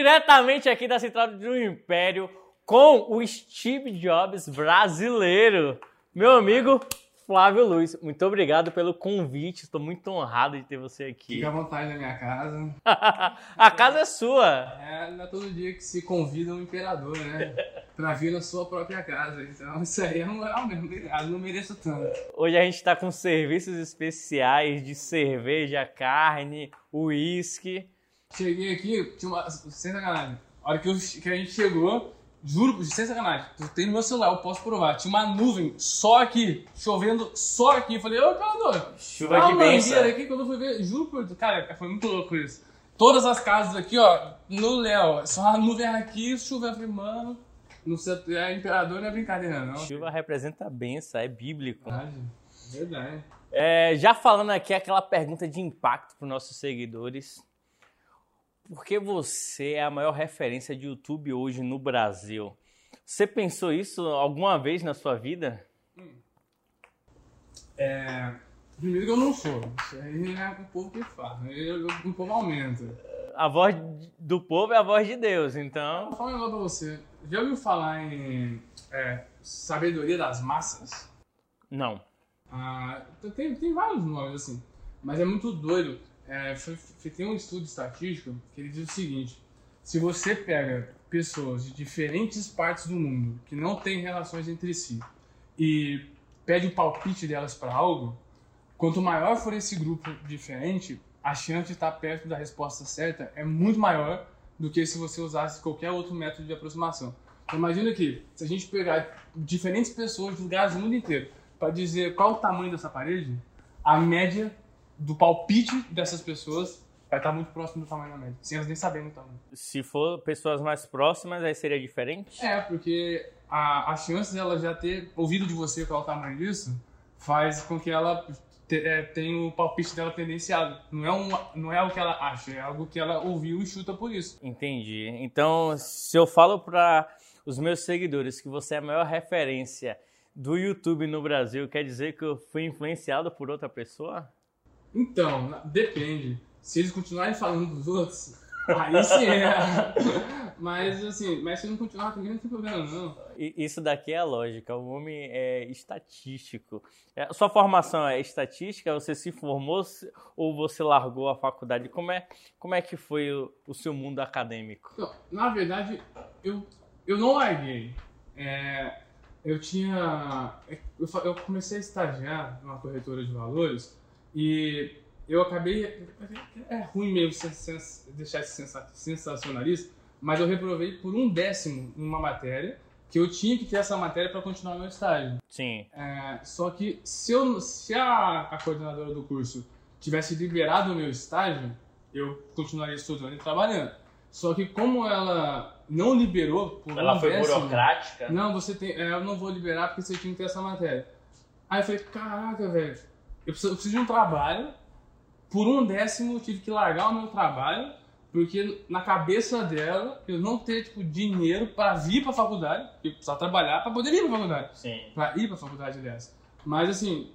Diretamente aqui da Central do Império, com o Steve Jobs brasileiro, meu amigo Flávio Luiz. Muito obrigado pelo convite, estou muito honrado de ter você aqui. Fica à vontade na minha casa. A casa é sua. Não é todo dia que se convida um imperador, né? Pra vir na sua própria casa. Então isso aí é moral mesmo, obrigado, não mereço tanto. Hoje a gente está com serviços especiais de cerveja, carne, uísque. Cheguei aqui, tinha uma... sem sacanagem. A hora que a gente chegou, juro, sem sacanagem, eu tenho no meu celular, eu posso provar. Tinha uma nuvem só aqui, chovendo só aqui. Eu falei, ô, imperador, chuva de bênção. Aqui, quando eu fui ver, juro por Deus, cara, foi muito louco isso. Todas as casas aqui, ó, no Léo, só a nuvem aqui, chovendo. Eu falei, mano, não sei, imperador não é brincadeira, não. Chuva representa a bênção, é bíblico. Verdade. Já falando aqui aquela pergunta de impacto para os nossos seguidores. Por que você é a maior referência de YouTube hoje no Brasil? Você pensou isso alguma vez na sua vida? Primeiro que eu não sou. Isso aí é o povo que fala. O povo aumenta. A voz do povo é a voz de Deus, então... Vou falar um negócio pra você. Já ouviu falar em sabedoria das massas? Não. Tem vários nomes assim. Mas é muito doido. Tem um estudo estatístico que ele diz o seguinte: se você pega pessoas de diferentes partes do mundo que não têm relações entre si e pede o palpite delas para algo, quanto maior for esse grupo diferente, a chance de estar perto da resposta certa é muito maior do que se você usasse qualquer outro método de aproximação. Então, imagina que se a gente pegar diferentes pessoas de lugares do mundo inteiro para dizer qual o tamanho dessa parede, a média do palpite dessas pessoas vai estar muito próximo do tamanho da média, sem elas nem saberem o tamanho. Se for pessoas mais próximas, aí seria diferente? Porque a chance dela já ter ouvido de você qual é o tamanho disso faz com que ela tenha o palpite dela tendenciado. Não é o que ela acha, é algo que ela ouviu e chuta por isso. Entendi. Então, se eu falo para os meus seguidores que você é a maior referência do YouTube no Brasil, quer dizer que eu fui influenciado por outra pessoa? Então, depende. Se eles continuarem falando dos outros, aí sim é. Mas assim, se não continuar também não tem problema não. Isso daqui é a lógica, o homem é estatístico. Sua formação é estatística? Você se formou ou você largou a faculdade? Como é que foi o seu mundo acadêmico? Então, na verdade, eu não larguei. Eu comecei a estagiar numa corretora de valores e eu acabei... É ruim mesmo deixar esse sensacionalista, mas eu reprovei por 1/10 numa matéria, que eu tinha que ter essa matéria para continuar meu estágio. Sim. Só que se a coordenadora do curso tivesse liberado o meu estágio, eu continuaria estudando e trabalhando. Só que como ela não liberou por ela foi burocrática? Não, eu não vou liberar porque você tinha que ter essa matéria. Aí eu falei, caraca, velho, eu preciso de um trabalho. Por 1/10 eu tive que largar o meu trabalho, porque na cabeça dela eu não ter dinheiro para vir para a faculdade, porque eu precisava trabalhar para poder ir para a faculdade. Sim. Para ir para a faculdade, aliás. Mas assim,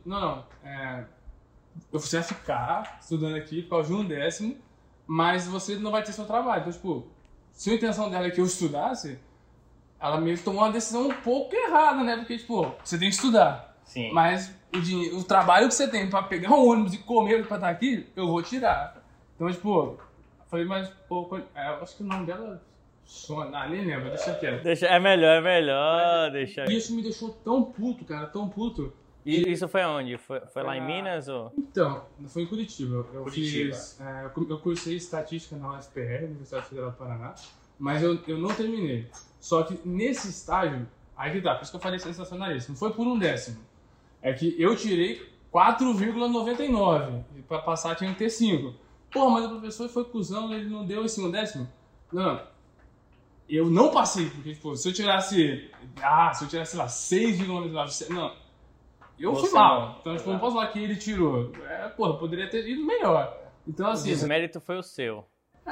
você vai ficar estudando aqui por causa de 1/10, mas você não vai ter seu trabalho. Então, se a intenção dela é que eu estudasse, ela meio que tomou uma decisão um pouco errada, né? Porque, você tem que estudar. Sim. Mas o trabalho que você tem pra pegar um ônibus e comer pra estar aqui, eu vou tirar. Então, falei, mas, eu acho que o nome dela... nem lembro, deixa quieto. É melhor deixar. E isso me deixou tão puto, cara, tão puto. E isso foi onde? Foi lá em Minas? Ou? Então, foi em Curitiba. Eu cursei estatística na UFPR, Universidade Federal do Paraná, mas eu não terminei. Só que nesse estágio, aí que tá, por isso que eu falei sensacionalista, não foi por 1/10. É que eu tirei 4,99 e para passar tinha que ter 5. Mas o professor foi cuzão, ele não deu esse 1/10. Não. Eu não passei, porque se eu tirasse lá, 6,99, não. Eu fui mal. Então, não posso falar que ele tirou. Poderia ter ido melhor. Então, assim... O desmérito foi o seu.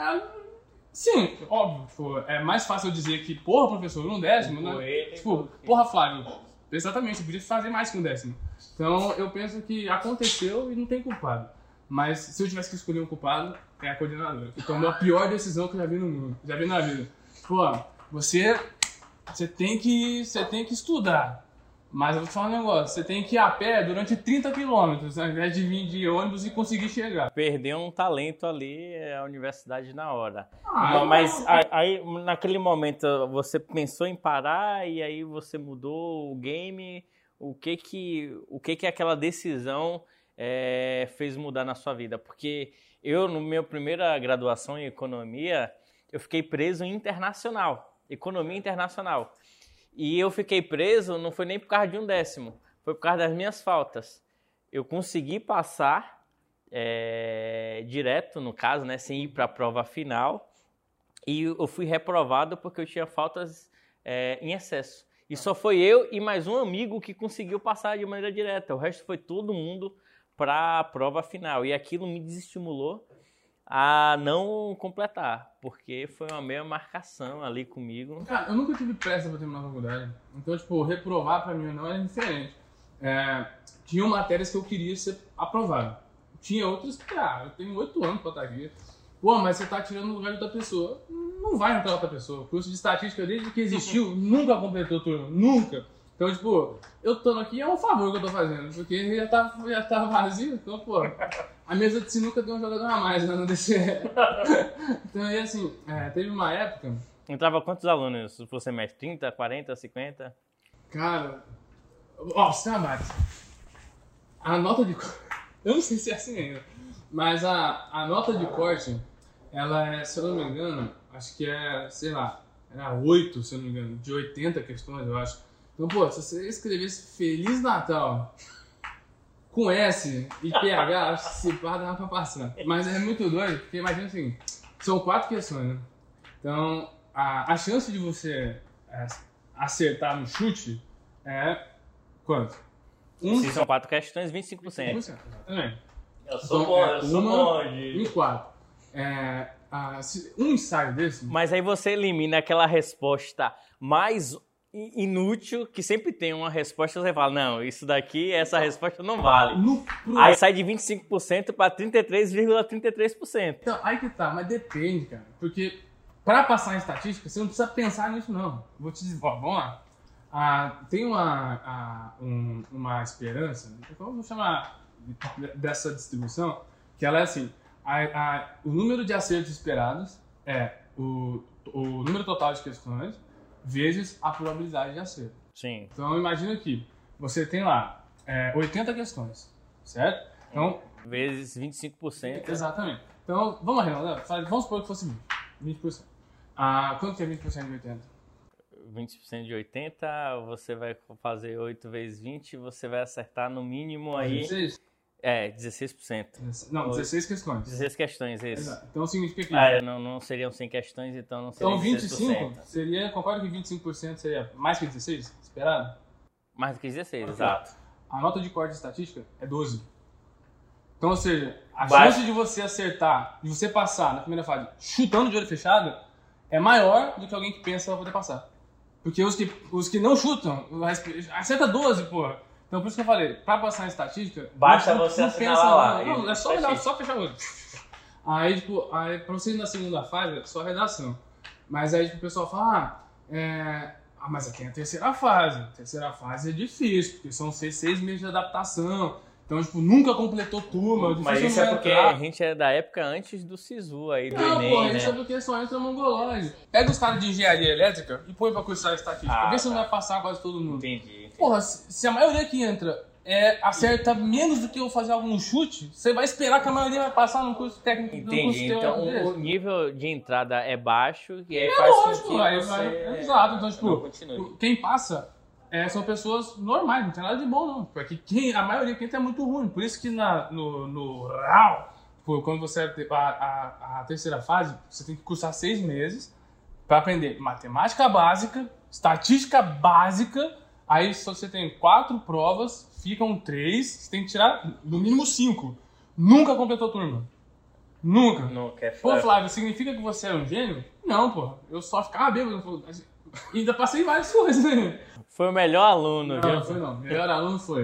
Sim, óbvio. É mais fácil eu dizer que, professor, 1/10, né? Flávio, exatamente, eu podia fazer mais que 1/10. Então, eu penso que aconteceu e não tem culpado. Mas se eu tivesse que escolher um culpado, é a coordenadora. Que tomou a pior decisão que eu já vi no mundo. Já vi na vida. Pô, você tem que estudar. Mas eu vou te falar um negócio, você tem que ir a pé durante 30 quilômetros, ao invés de vir de ônibus e conseguir chegar. Perdeu um talento ali, a universidade na hora. Ah, mas aí, naquele momento, você pensou em parar e aí você mudou o game. O que aquela decisão fez mudar na sua vida? Porque eu, no meu primeira graduação em economia, eu fiquei preso em internacional, economia internacional. E eu fiquei preso, não foi nem por causa de um décimo, foi por causa das minhas faltas. Eu consegui passar direto, no caso, né, sem ir para a prova final, e eu fui reprovado porque eu tinha faltas em excesso. E só foi eu e mais um amigo que conseguiu passar de maneira direta. O resto foi todo mundo para a prova final. E aquilo me desestimulou a não completar, porque foi uma meia marcação ali comigo. Cara, eu nunca tive pressa pra terminar a faculdade. Então, tipo, reprovar pra mim não era diferente. Tinham matérias que eu queria ser aprovado. Tinha outras que, eu tenho 8 anos pra estar aqui. Pô, mas você tá tirando o lugar de outra pessoa. Não vai entrar outra pessoa. O curso de estatística, desde que existiu, nunca completou turma. Nunca. Então, tipo, eu tô aqui é um favor que eu tô fazendo, porque já tá vazio. Então, pô, a mesa de sinuca tem um jogador a mais, né, no DCE. Então, aí, assim, teve uma época... Entrava quantos alunos por semestre? 30, 40, 50? Cara, você tem uma base. A nota de corte... Eu não sei se é assim ainda, mas a nota de corte, ela é, se eu não me engano, acho que sei lá, era 8, se eu não me engano, de 80 questões, eu acho. Então, pô, se você escrevesse Feliz Natal com S e PH, acho que se pá, dava pra passar. Mas é muito doido, porque imagina assim, são 4 questões, né? Então, a chance de você acertar no chute é quanto? Se são 4 questões, 25%. 25%, exatamente. Eu sou bom Em 4. Um ensaio desse... Mas aí você elimina aquela resposta mais inútil, que sempre tem uma resposta e você fala, não, isso daqui, essa resposta não vale. Aí sai de 25% para 33,33%. Então, aí que tá, mas depende, cara. Porque para passar em estatística, você não precisa pensar nisso, não. Vou te dizer, vamos lá. Tem uma esperança, vamos chamar dessa distribuição, que ela é assim, o número de acertos esperados é o número total de questões vezes a probabilidade de acerto. Sim. Então imagina que você tem lá 80 questões, certo? Então, vezes 25%. Exatamente. Então, vamos arredondar, vamos supor que fosse 20%. Quanto que é 20% de 80? 20% de 80, você vai fazer 8 vezes 20, você vai acertar no mínimo aí... 16? 16%. Não, 16 questões. 16 questões, isso. Exato. Então significa que... não seriam 100 questões, então não seria Então 25 16%. seria... Concorda que 25% seria mais que 16? Esperado? Mais do que 16, Okay. exato. A nota de corte de estatística é 12. Então, ou seja, a chance de você acertar, de você passar na primeira fase chutando de olho fechado, é maior do que alguém que pensa que vai poder passar. Porque os que não chutam, acerta 12, porra. Então por isso que eu falei, pra passar em estatística... Basta você assinalar lá. Não, é só olhar, só fechar o olho. Aí, tipo, pra você ir na segunda fase, é só redação. Mas aí, tipo, o pessoal fala, mas tem a terceira fase. A terceira fase é difícil, porque são 6 meses de adaptação. Então, tipo, nunca completou turma. Mas isso é porque a gente é da época antes do SISU aí, do Enem, porra, né? isso é porque só entra mongolóide. Pega os caras de engenharia elétrica e põe pra cursar estatística. Vê se não vai passar quase todo mundo. Entendi. Porra, se a maioria que entra acerta menos do que eu fazer algum chute, você vai esperar que a maioria vai passar no curso técnico. Entendi. Então o nível de entrada é baixo e aí faz lógico, com que você... Exato. Então, tipo, quem passa... são pessoas normais, não tem nada de bom não. Porque a maioria que entra é muito ruim. Por isso que no RAL, quando você a terceira fase, você tem que cursar 6 meses para aprender matemática básica, estatística básica. Aí se você tem 4 provas, ficam 3, você tem que tirar no mínimo 5. Nunca completou turma. Nunca. Nunca. Pô, Flávio, significa que você é um gênio? Não, pô. Eu só ficava bêbado. Ainda passei várias coisas, né? Foi o melhor aluno, viu? Não, foi não. Melhor aluno foi.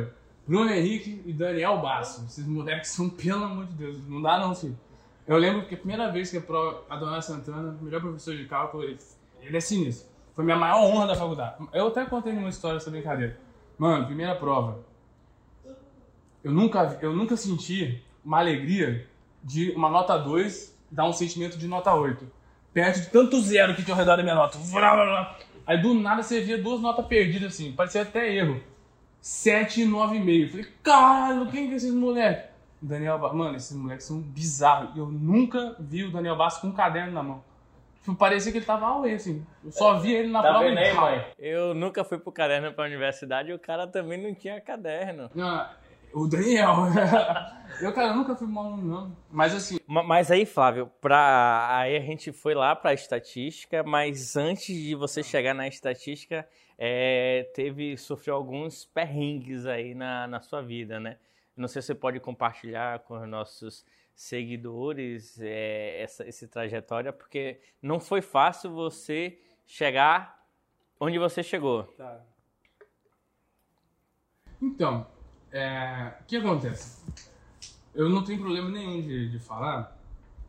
Bruno Henrique e Daniel Basso. Esses moleques são, pelo amor de Deus, não dá não, filho. Eu lembro que a primeira vez que a Dona Santana, o melhor professor de cálculo, ele é sinistro. Foi a minha maior honra da faculdade. Eu até contei uma história essa brincadeira. Mano, primeira prova. Eu nunca senti uma alegria de uma nota 2 dar um sentimento de nota 8. Perto de tanto zero que tinha ao redor da minha nota. Aí do nada você via 2 notas perdidas assim, parecia até erro. 7 e 9,5. Falei, caralho, quem que é esses moleques? Daniel Basso. Mano, esses moleques são bizarros. Eu nunca vi o Daniel Basso com um caderno na mão. Parecia que ele tava away, assim. Eu só vi ele na prova. Vendo aí, mãe? Eu nunca fui pro caderno pra universidade e o cara também não tinha caderno. Não, o Daniel. Eu nunca fui mal não. Mas assim... Mas aí, Flávio, aí a gente foi lá pra estatística, mas antes de você chegar na estatística, sofreu alguns perrengues aí na sua vida, né? Não sei se você pode compartilhar com os nossos seguidores essa trajetória, porque não foi fácil você chegar onde você chegou. Tá. Então, o que acontece? Eu não tenho problema nenhum de falar,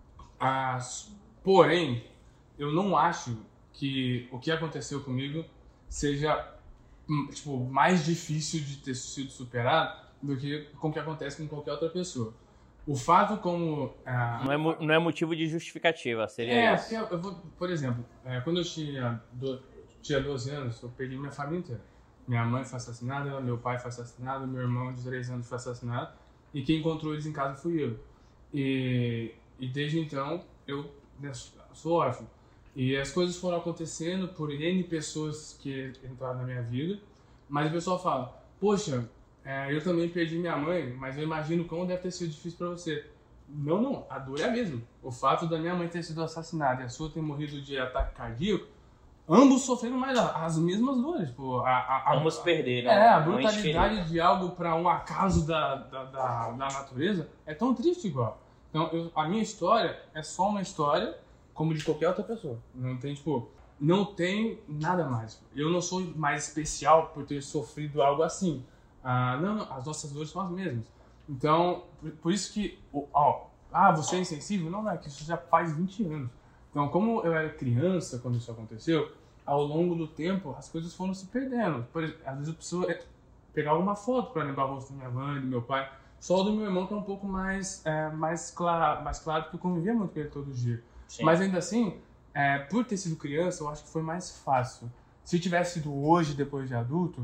porém, eu não acho que o que aconteceu comigo seja mais difícil de ter sido superado do que com o que acontece com qualquer outra pessoa. O fato como... Não é motivo de justificativa, seria isso? Por exemplo, quando eu tinha 12 anos, eu perdi minha família inteira. Minha mãe foi assassinada, meu pai foi assassinado, meu irmão de 3 anos foi assassinado, e quem encontrou eles em casa fui eu. E desde então, eu sou órfão. E as coisas foram acontecendo por N pessoas que entraram na minha vida, mas o pessoal fala, poxa, eu também perdi minha mãe, mas eu imagino como deve ter sido difícil pra você. Não, a dor é a mesma. O fato da minha mãe ter sido assassinada e a sua ter morrido de ataque cardíaco, ambos sofreram mais as mesmas dores. Pô, ambos perderam. A brutalidade de algo para um acaso da natureza é tão triste igual. Então, a minha história é só uma história como de qualquer outra pessoa. Não tem nada mais. Eu não sou mais especial por ter sofrido algo assim. Não, as nossas dores são as mesmas. Então, por isso que... você é insensível? Não, é que isso já faz 20 anos. Então, como eu era criança quando isso aconteceu, ao longo do tempo, as coisas foram se perdendo. Às vezes eu preciso pegar alguma foto para lembrar o rosto da minha mãe, do meu pai. Só o do meu irmão, que é um pouco mais claro, porque eu convivia muito com ele todo dia. Sim. Mas ainda assim, por ter sido criança, eu acho que foi mais fácil. Se tivesse sido hoje, depois de adulto,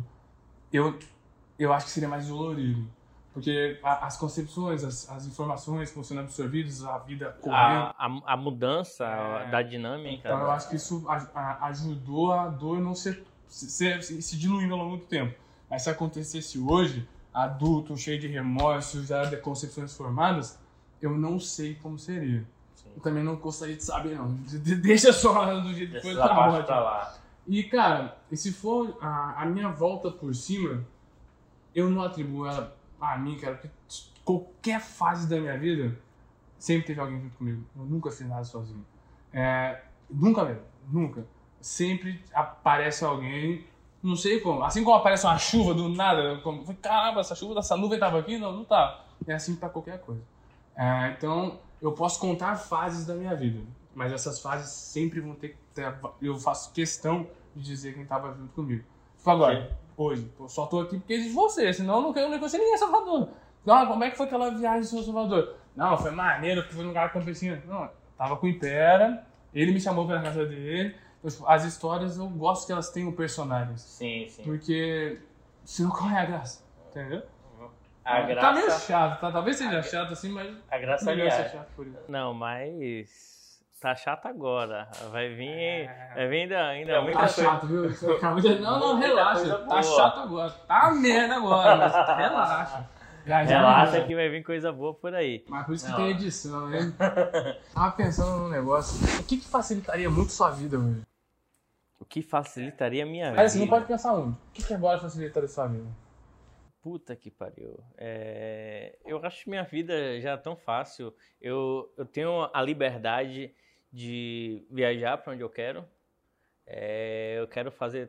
eu acho que seria mais dolorido. Porque as concepções, as informações que vão sendo absorvidas, a vida correndo... A mudança da dinâmica... Então eu acho que isso ajudou a dor não se diluindo ao longo do tempo. Mas se acontecesse hoje, adulto, cheio de remorsos, já de concepções formadas, eu não sei como seria. Sim. Eu também não gostaria de saber, não. Deixa só do jeito que foi, tá ótimo. E, cara, se for a minha volta por cima, eu não atribuo ela a mim, cara, porque qualquer fase da minha vida sempre teve alguém junto comigo. Eu nunca fiz nada sozinho. Nunca mesmo, nunca. Sempre aparece alguém, não sei como. Assim como aparece uma chuva do nada, caramba, essa nuvem tava aqui? Não tava. É assim pra qualquer coisa. Então, eu posso contar fases da minha vida, mas essas fases sempre vão ter que ter... Eu faço questão de dizer quem tava junto comigo. Agora, hoje, eu só tô aqui porque existe você, senão eu não conheci ninguém em Salvador. Não, como é que foi aquela viagem em Salvador? Não, foi maneiro, porque foi num lugar campesino. Não, tava com o Impera, ele me chamou pra casa dele. As histórias, eu gosto que elas tenham personagens. Sim, sim. Porque senão qual é a graça? Entendeu? A graça... Tá meio chato, tá? Talvez seja chato assim, mas... A graça é chato por isso. Não, mas... Tá chato agora. Vai vir ainda muita coisa. Tá chato, viu? Não, relaxa. Tá chato agora. Tá merda agora, mas relaxa. Relaxa que vai vir coisa boa por aí. Mas por isso que tem edição, né? Tava pensando num negócio. O que facilitaria muito sua vida hoje? O que facilitaria a minha vida? Mas assim, não pode pensar onde. O que agora facilitaria a sua vida? Puta que pariu. Eu acho que minha vida já é tão fácil. Eu tenho a liberdade de viajar para onde eu quero. Eu quero fazer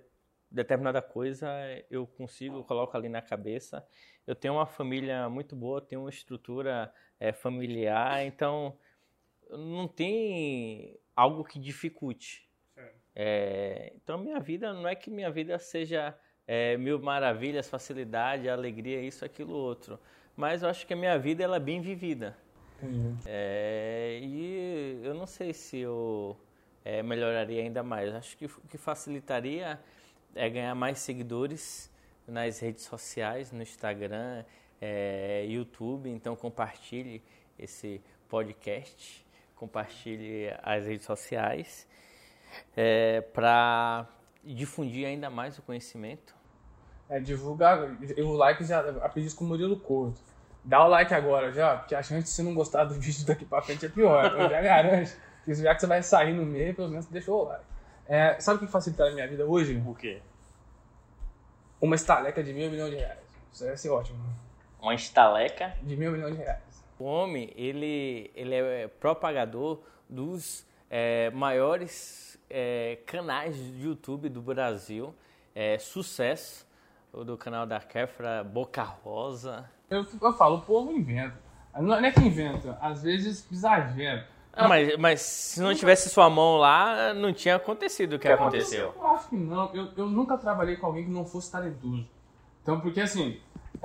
determinada coisa eu coloco ali na cabeça. Eu tenho uma família muito boa, tenho uma estrutura familiar, então não tem algo que dificulte. Então minha vida, não é que minha vida seja mil maravilhas, facilidade, alegria, isso, aquilo, outro. Mas eu acho que a minha vida ela é bem vivida. E eu não sei se eu melhoraria ainda mais. Acho que o que facilitaria é ganhar mais seguidores nas redes sociais, no Instagram, YouTube. Então compartilhe esse podcast, compartilhe as redes sociais para difundir ainda mais o conhecimento. Divulgar, o like já aprendi com o Murilo Couto. Dá o like agora já, porque a chance de você não gostar do vídeo daqui pra frente é pior. Eu já garanto. Já que você vai sair no meio, pelo menos deixou o like. Sabe o que facilita a minha vida hoje? O quê? Uma estaleca de R$1.000 milhões. Isso ia ser ótimo. Uma estaleca? De R$1.000 milhões. O homem, ele é propagador dos maiores canais de YouTube do Brasil. Sucesso do canal da Kéfera, Boca Rosa. Eu falo, o povo inventa. Não é que inventa, às vezes exagera. Mas se não tivesse sua mão lá, não tinha acontecido o que aconteceu. Eu acho que não. Eu nunca trabalhei com alguém que não fosse talentoso. Então, porque assim,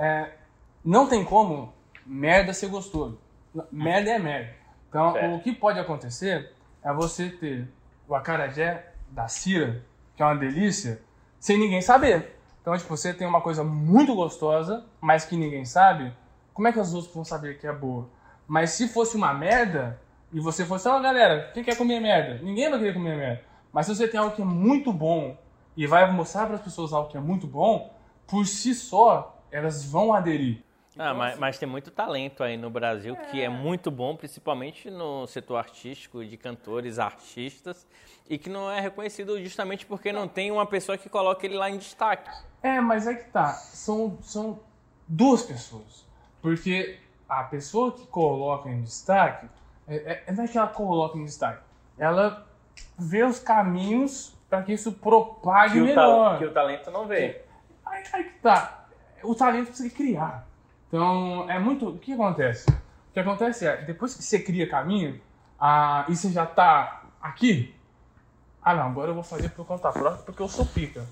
não tem como merda ser gostoso. Merda é merda. Então, o que pode acontecer é você ter o acarajé da Cira, que é uma delícia, sem ninguém saber. Então, tipo, você tem uma coisa muito gostosa, mas que ninguém sabe, como é que os outros vão saber que é boa? Mas se fosse uma merda, e você fosse, galera, quem quer comer merda? Ninguém vai querer comer merda. Mas se você tem algo que é muito bom, e vai mostrar para as pessoas algo que é muito bom, por si só, elas vão aderir. Então, mas tem muito talento aí no Brasil que é muito bom, principalmente no setor artístico, de cantores, artistas, e que não é reconhecido justamente porque não tem uma pessoa que coloque ele lá em destaque. Mas é que tá, são duas pessoas, porque a pessoa que coloca em destaque, não é que ela coloca em destaque, ela vê os caminhos para que isso propague melhor. Que o talento não vê. Aí que tá, o talento precisa criar. Então, o que acontece? O que acontece depois que você cria caminho, e você já tá aqui, não, agora eu vou fazer por conta própria porque eu sou pica.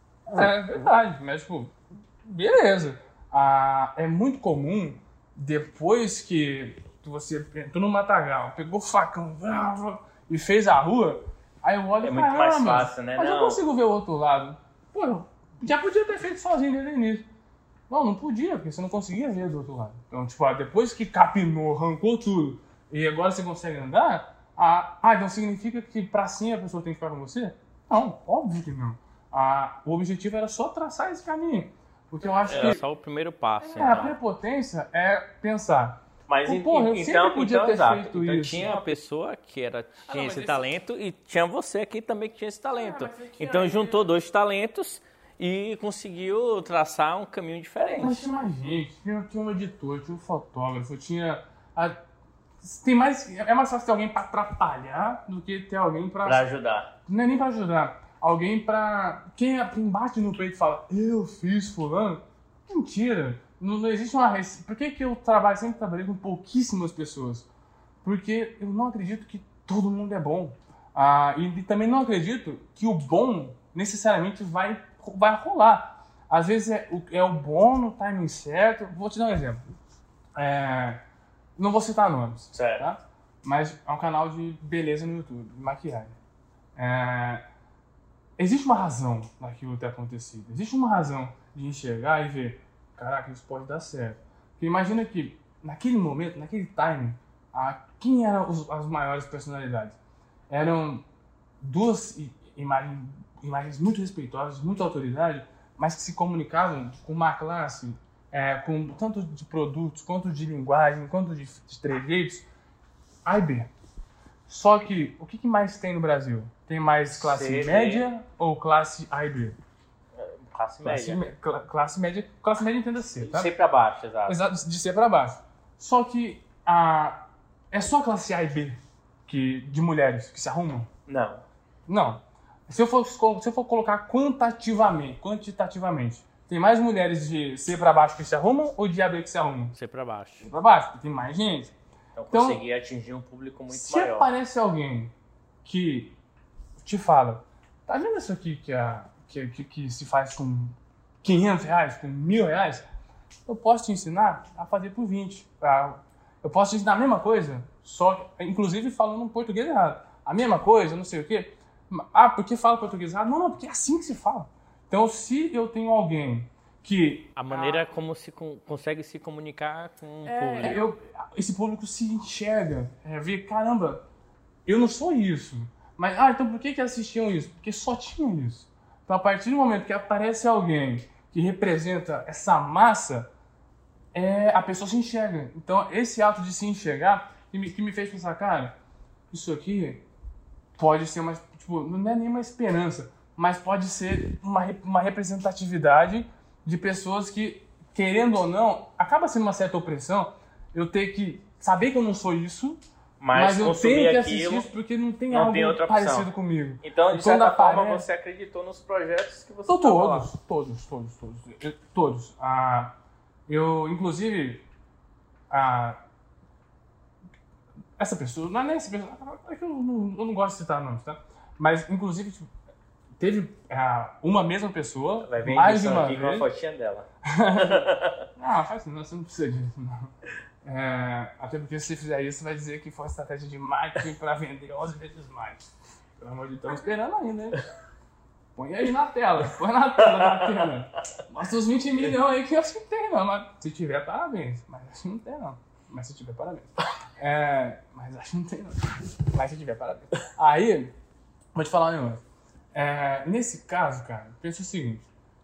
É verdade, mas tipo, beleza. É muito comum, depois que você entrou no matagal, pegou o facão e fez a rua, aí eu olho e muito mais fácil, né? Mas eu consigo ver o outro lado. Pô, já podia ter feito sozinho desde o início. Não podia, porque você não conseguia ver do outro lado. Então, tipo, depois que capinou, arrancou tudo, e agora você consegue andar, então significa que pra cima a pessoa tem que ficar com você? Não, óbvio que não. O objetivo era só traçar esse caminho. Porque eu acho que... Era só o primeiro passo. A prepotência é pensar... Mas eu sempre podia ter feito isso. Tinha a pessoa que tinha esse talento e tinha você aqui também que tinha esse talento. Então juntou dois talentos e conseguiu traçar um caminho diferente. Mas tinha mais gente, tinha um editor, tinha um fotógrafo, é mais fácil ter alguém para atrapalhar do que ter alguém para ajudar. Não é nem para ajudar. Alguém para... Quem bate no peito e fala, eu fiz fulano. Mentira. Não existe uma... Por que eu sempre trabalhei com pouquíssimas pessoas? Porque eu não acredito que todo mundo é bom. E também não acredito que o bom necessariamente vai rolar. Às vezes é o bom no timing certo. Vou te dar um exemplo. Não vou citar nomes. Certo. Tá? Mas é um canal de beleza no YouTube, de maquiagem. Existe uma razão naquilo ter acontecido. Existe uma razão de enxergar e ver, caraca, isso pode dar certo. Porque imagina que, naquele momento, naquele timing, quem eram as maiores personalidades? Eram duas imagens muito respeitosas, muita autoridade, mas que se comunicavam com uma classe, com tanto de produtos, quanto de linguagem, quanto de trejeitos, A e B. Só que, o que mais tem no Brasil? Tem mais classe média ou classe A e B? Classe média. Classe média entenda C, tá? De C pra baixo, exato. Exato, de C pra baixo. Só que é só classe A e B de mulheres que se arrumam? Não. Não. Se eu for colocar quantitativamente, tem mais mulheres de C pra baixo que se arrumam ou de AB que se arrumam? C pra baixo. C pra baixo, porque tem mais gente. Então conseguir atingir um público muito maior. Se aparece alguém que te fala, tá vendo isso aqui que se faz com R$500, com R$1.000? Eu posso te ensinar a fazer por 20. Eu posso te ensinar a mesma coisa, só inclusive falando um português errado. A mesma coisa, não sei o quê. Ah, por que fala português errado? Não, porque é assim que se fala. Então, se eu tenho alguém que... A maneira como se consegue se comunicar com o público. Esse público se enxerga, vê, caramba, eu não sou isso. Mas, então por que assistiam isso? Porque só tinham isso. Então, a partir do momento que aparece alguém que representa essa massa, a pessoa se enxerga. Então, esse ato de se enxergar que me fez pensar, cara, isso aqui pode ser uma, tipo, não é nem uma esperança, mas pode ser uma representatividade de pessoas que, querendo ou não, acaba sendo uma certa opressão eu ter que saber que eu não sou isso, mas eu tenho que assistir isso porque não tem algo parecido comigo. Então, de certa forma, você acreditou nos projetos que você Todos. Eu, inclusive, essa pessoa, não é nem essa pessoa, é que eu não gosto de citar nomes, tá? Mas, inclusive, tipo, teve uma mesma pessoa, vai vir mais de uma aqui vez. Com a fotinha dela. Faz assim, você não precisa disso, não. Até porque se você fizer isso, vai dizer que foi uma estratégia de marketing para vender 11 vezes mais. Pelo amor de Deus, estamos esperando ainda, hein? Põe aí na tela, Mostra os 20 milhões aí que eu acho que tem, não. Mas se tiver, parabéns. Mas acho que não tem, não. Mas se tiver, parabéns. Mas acho que não tem, não. Mas se tiver, parabéns. Aí, vou te falar um negócio. Nesse caso, cara, pensa o seguinte.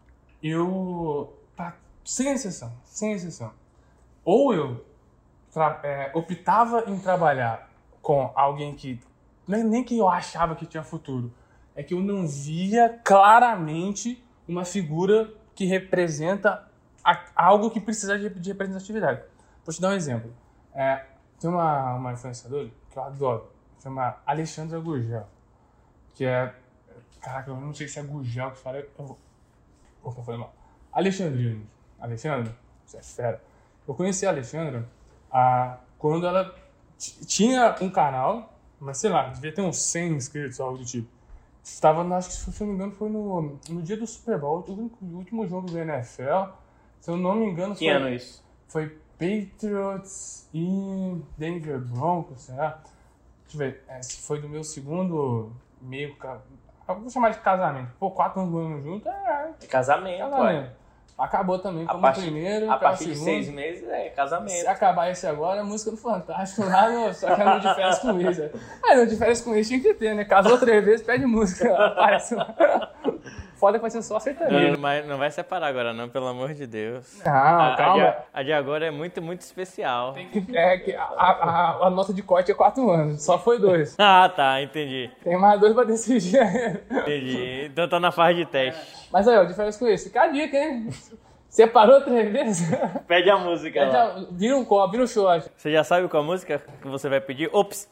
Sem exceção. Ou eu optava em trabalhar com alguém que nem que eu achava que tinha futuro, é que eu não via claramente uma figura que representa algo que precisa de representatividade. Vou te dar um exemplo. Tem uma influenciadora que eu adoro, chama Alexandra Gurgel, que caraca, eu não sei se é Gurgel que fala, eu falei mal. Alexandra, você é fera. Eu conheci a Alexandra quando ela tinha um canal, mas sei lá, devia ter uns 100 inscritos, algo do tipo. Estava, acho que se eu não me engano, foi no dia do Super Bowl, o último jogo do NFL. Se eu não me engano, que ano isso? Foi Patriots e Denver Broncos, será? Deixa eu ver, foi do meu segundo meio... Eu vou chamar de casamento. 4 anos morando junto casamento. Acabou também como primeiro. A partir de 6 meses é casamento. Se acabar esse agora, é música do Fantástico lá só que é no de férias com ex. No de férias com ex tinha que ter, né? Casou 3 vezes, pede música. Aparece lá. Foda que vai ser só sertanejo. Não vai separar agora não, pelo amor de Deus. Não, calma. A de agora é muito, muito especial. A nota de corte é 4 anos, só foi 2. Tá, entendi. Tem mais 2 pra decidir. Entendi, então tá na fase de teste. Mas aí, ó, de férias com isso. Fica a dica, hein? Separou 3 vezes? Pede a música lá. Vira um copo, vira um shot. Você já sabe qual a música que você vai pedir? Ops!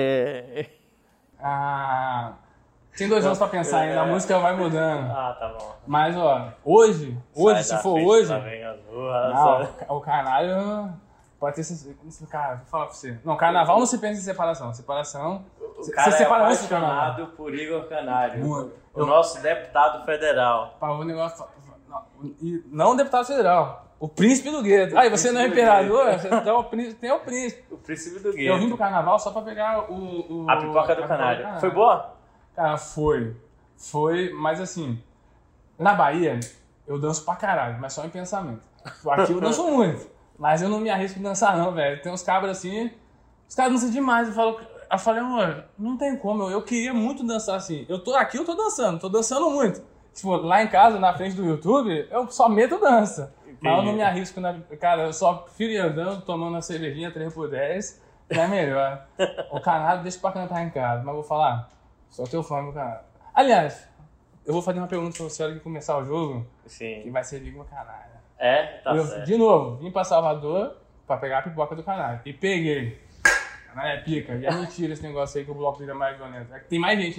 Tem 2 anos pra pensar ainda, a música vai mudando. Tá bom. Mas, ó, hoje, se for hoje... O caralho pode ter... Cara, vou falar pra você. Não, carnaval não se pensa em separação. Separação... O cara é apaixonado por Igor Canário, o nosso deputado federal. O negócio... Não o deputado federal, o príncipe do gueto. Você não é imperador? Você tem o príncipe. O príncipe do gueto. Eu vim pro carnaval só pra pegar a pipoca do Canário. Foi boa? Cara, foi, mas assim, na Bahia eu danço pra caralho, mas só em pensamento. Aqui eu danço muito, mas eu não me arrisco a dançar não, velho. Tem uns cabras assim, os caras dançam demais. Eu falei, amor, não tem como, eu queria muito dançar assim. Eu tô dançando muito. Tipo, lá em casa, na frente do YouTube, eu só meto dança. Entendi. Mas eu não me arrisco, cara, eu só prefiro ir andando, tomando uma cervejinha 3x10, que é melhor. O Canário deixa pra cantar em casa, mas vou falar... Só teu fã, meu cara. Aliás, eu vou fazer uma pergunta pra você na hora que começar o jogo. Sim. Que vai ser de uma Canário. Certo. De novo, vim pra Salvador pra pegar a pipoca do Canário. E peguei. Canário é pica. E é mentira esse negócio aí que o bloco dele é mais violento. Tem mais gente, né?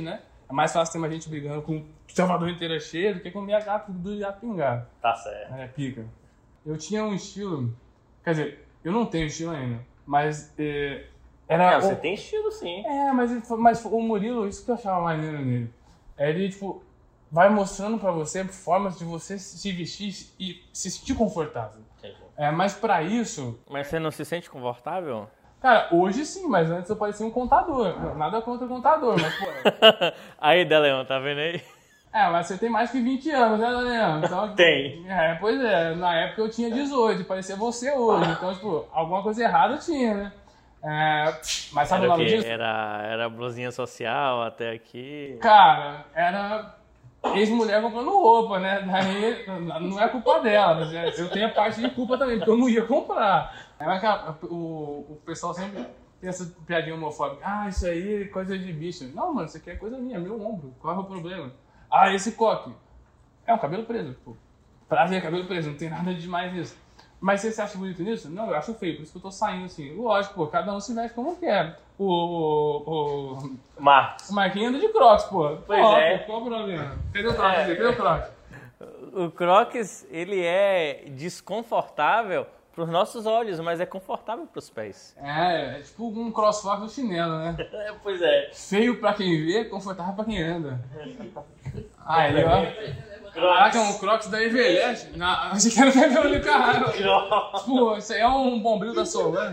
É mais fácil ter uma gente brigando com o Salvador inteiro cheio do que com o minha gato do Japingá. Tá certo. É, pica. Eu tinha um estilo... Quer dizer, eu não tenho estilo ainda, mas... era Você tem estilo, sim. Mas o Murilo, isso que eu achava maneiro nele. Ele, tipo, vai mostrando pra você formas de você se vestir e se sentir confortável. Mas pra isso... Mas você não se sente confortável? Cara, hoje sim, mas antes eu parecia um contador. Nada contra o contador, mas, pô... Aí, Deleon, tá vendo aí? Mas você tem mais que 20 anos, né, Daniel? Então, Tem. Pois é. Na época eu tinha 18, parecia você hoje. Então, tipo, alguma coisa errada tinha, né? Mas sabe o nome disso? Era blusinha social até aqui. Cara, era ex-mulher comprando roupa, né? Daí não é culpa dela, mas eu tenho a parte de culpa também, porque eu não ia comprar. Mas, cara, o pessoal sempre tem essa piadinha homofóbica. Ah, isso aí é coisa de bicho. Não, mano, isso aqui é coisa minha, meu ombro. Qual é o problema? Ah, esse coque. É um cabelo preso, pô. Prazer, cabelo preso, não tem nada de demais nisso. Mas você acha bonito nisso? Não, eu acho feio, por isso que eu tô saindo assim. Lógico, pô, cada um se veste como quer. O Marquinhos anda de Crocs, pô. Pois é. Qual o problema? Cadê o Crocs? Cadê o Crocs? O Crocs, ele é desconfortável pros nossos olhos, mas é confortável pros pés. É tipo um crosswalk do chinelo, né? Pois é. Feio pra quem vê, confortável pra quem anda. Aí, ó. Caraca, um Crocs da envelhece. Achei que era o meu caralho. Pô, isso aí é um bombril da Solan.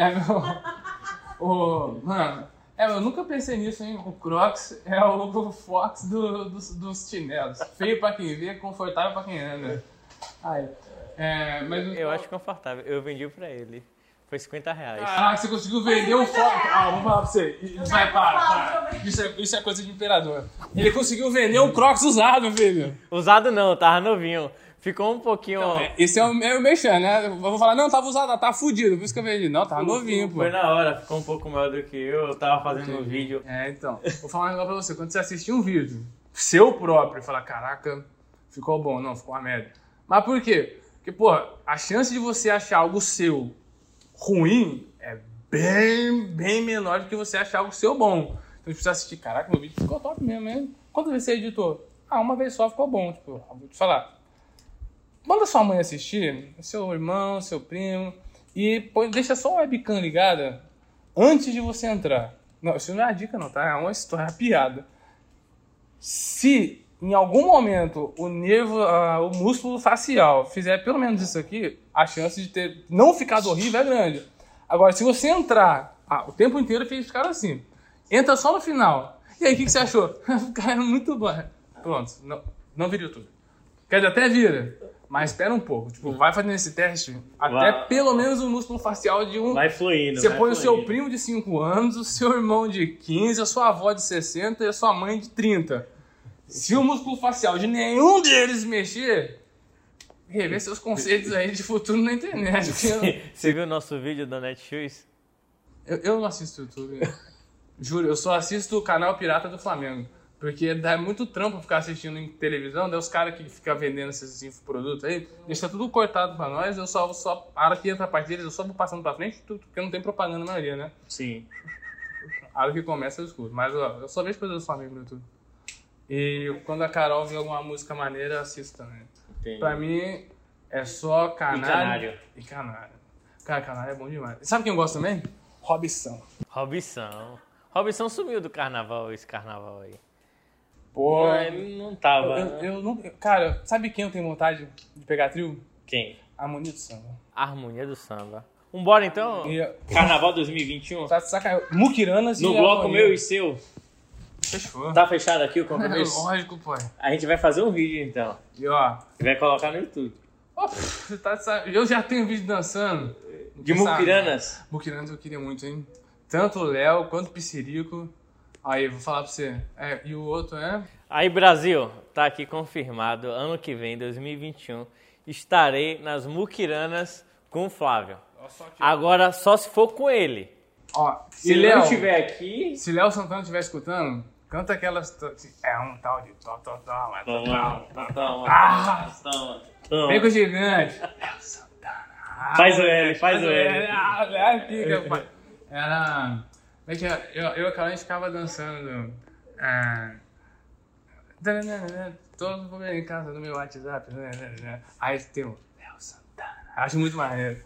Mano, eu nunca pensei nisso, hein? O Crocs é o Fox dos chinelos. Feio pra quem vê, confortável pra quem anda. Mas eu acho confortável. Eu vendi pra ele. Foi R$50. Caraca, você conseguiu vender o Fox. Vou falar pra você. Para. Isso é coisa de imperador. Ele conseguiu vender um Crocs usado, filho. Usado não, tava novinho. Ficou um pouquinho... Esse é o mexer, né? Eu vou falar, não, tava usado, tava fudido. Por isso que eu vendi. Não, tava novinho, pô. Foi na hora, ficou um pouco maior do que eu tava fazendo um vídeo. Então. Vou falar um negócio pra você. Quando você assistir um vídeo seu próprio e falar, caraca, ficou bom. Não, ficou uma merda. Mas por quê? Porque, pô, a chance de você achar algo seu ruim é bem menor do que você achar algo seu bom. Então a gente precisa assistir, caraca, meu vídeo ficou top mesmo, hein? Quantas vezes você editou? Uma vez só ficou bom, tipo, vou te falar. Manda sua mãe assistir, seu irmão, seu primo, e deixa só a webcam ligada antes de você entrar. Não, isso não é a dica não, tá? É uma história, é uma piada. Se em algum momento o nervo, o músculo facial fizer pelo menos isso aqui, a chance de ter não ficado horrível é grande. Agora, se você entrar o tempo inteiro, ficaram assim. Entra só no final. E aí, o que você achou? Cara, muito bom. Pronto, não vira tudo. Quer dizer, até vira, mas espera um pouco. Tipo, vai fazendo esse teste até pelo menos o músculo facial de um... Vai fluindo. Você põe o seu primo de 5 anos, o seu irmão de 15, a sua avó de 60 e a sua mãe de 30. Se o músculo facial de nenhum deles mexer, rever seus conceitos aí de futuro na internet. Você viu o nosso vídeo da Netshoes? Eu não assisto YouTube. Juro, eu só assisto o canal Pirata do Flamengo. Porque dá muito trampo ficar assistindo em televisão, daí os caras que ficam vendendo esses infoprodutos aí, deixa tudo cortado pra nós, eu só a hora que entra a parte deles, eu só vou passando pra frente, porque não tem propaganda na maioria, né? Sim. A hora que começa eu escuto, mas eu só vejo coisas do Flamengo no YouTube. E quando a Carol vê alguma música maneira, eu assisto também. Entendi. Pra mim, é só Canário. E Canário. Cara, Canário é bom demais. Sabe quem eu gosto também? Robson. Robson sumiu do carnaval, esse carnaval aí. Pô, ele não tava. Eu não. Cara, sabe quem eu tenho vontade de pegar trio? Quem? Harmonia do Samba. Harmonia do Samba. Vambora então? Carnaval 2021? Tá de sacanagem. Muquiranas no e bloco Harmonia. Meu e seu. Fechou. Tá fechado aqui o compromisso? Lógico, pô. A gente vai fazer um vídeo então. E ó. E vai colocar no YouTube. Eu já tenho vídeo dançando. De Muquiranas? Muquiranas eu queria muito, hein? Tanto o Léo quanto o Piscirico. Aí, vou falar pra você. E o outro é... Aí, Brasil, tá aqui confirmado. Ano que vem, 2021, estarei nas Muquiranas com o Flávio. Agora, só se for com ele. Ó, se ele não estiver aqui... Se Léo Santana estiver escutando, canta aquelas... É um tal de... Toma. Vem com o gigante. Léo Santana. Faz o L. Era... Eu e a Carol, a gente ficava dançando Todo mundo em casa no meu WhatsApp. Aí tem o Léo Santana. Acho muito maneiro.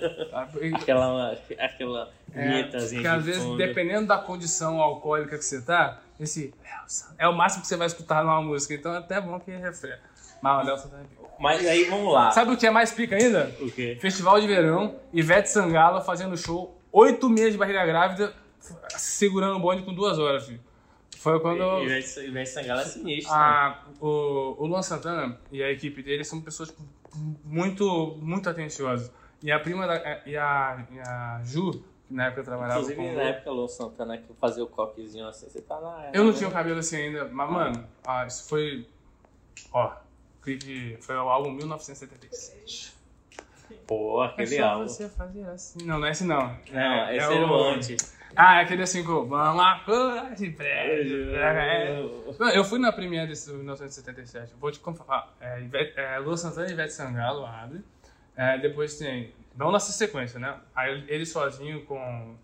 Aquela vinhetazinha. Porque às vezes, dependendo da condição alcoólica que você tá, esse é o máximo que você vai escutar numa música. Então é até bom que refere. Mas o Léo Santana é pior. Mas aí vamos lá. Sabe o que é mais pica ainda? O quê? Festival de verão, Ivete Sangalo fazendo show, 8 meses de barriga grávida, segurando o bonde com 2 horas, filho. Foi quando... Ivete Sangalo é sinistro. O Luan Santana e a equipe dele são pessoas tipo, muito, muito atenciosas. E a prima e a Ju, que na época eu trabalhava inclusive, na época o Luan Santana que fazia o coquezinho assim, você tá lá... Eu não tinha o cabelo assim ainda, mas, mano, isso foi... clipe, foi o álbum 1977. Pô, aquele álbum. Você fazer assim. Não é esse não. Não, esse era o antes. É aquele assim, vamos lá, esse prédio. Eu fui na premiere desse 1977. Vou te falar. Luan Santana e Ivete Sangalo abre. Depois tem. Vão nessa sequência, né? Aí ele sozinho com.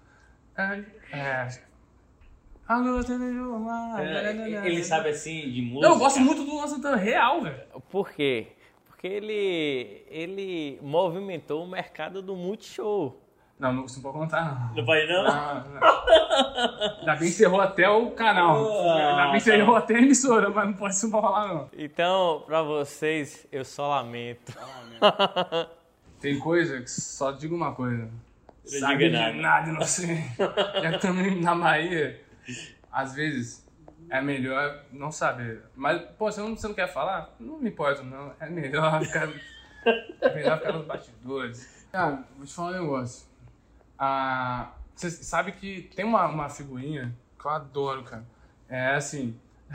Ele sabe assim de música. Não, eu gosto muito do Luan Santana real, velho. Por quê? Porque ele movimentou o mercado do Multishow. Não isso não pode contar, não. Não pode, não? Ainda bem que você errou até o canal. Ainda bem que você errou até a emissora, mas não pode se falar, não. Então, pra vocês, eu só lamento. Tem coisa que só digo uma coisa. Não Sabe diga de nada, não sei. Já também na Bahia, às vezes, é melhor não saber. Mas, pô, você não quer falar? Não me importa, não. É melhor ficar nos bastidores. Cara, vou te falar um negócio. Você sabe que tem uma figurinha que eu adoro, cara. É assim.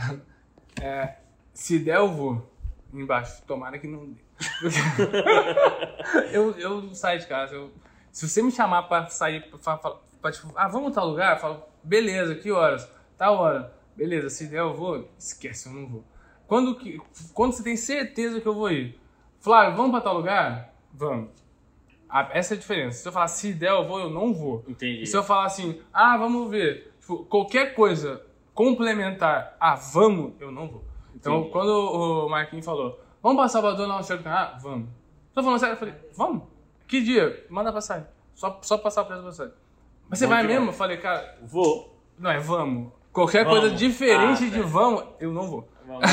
Se der, eu vou. Embaixo. Tomara que não dê. eu não saio de casa. Se você me chamar pra sair, pra tipo, vamos a tal lugar? Eu falo, beleza, que horas? Tal hora. Beleza, se der, eu vou. Esquece, eu não vou. Quando você tem certeza que eu vou ir? Flávio, vamos pra tal lugar? Vamos. Essa é a diferença. Se eu falar, se der, eu vou, eu não vou. Entendi. E se eu falar assim, vamos ver. Tipo, qualquer coisa complementar vamos, eu não vou. Então, entendi. Quando o Marquinhos falou, vamos pra Salvador lá no show do canal? Vamos. Tô falando sério, eu falei, vamos? Que dia? Manda passagem. Só passar o preço da passagem. Mas você vai mesmo? Eu falei, cara... Vou. Não, é vamos. Qualquer coisa diferente de vamos, eu não vou.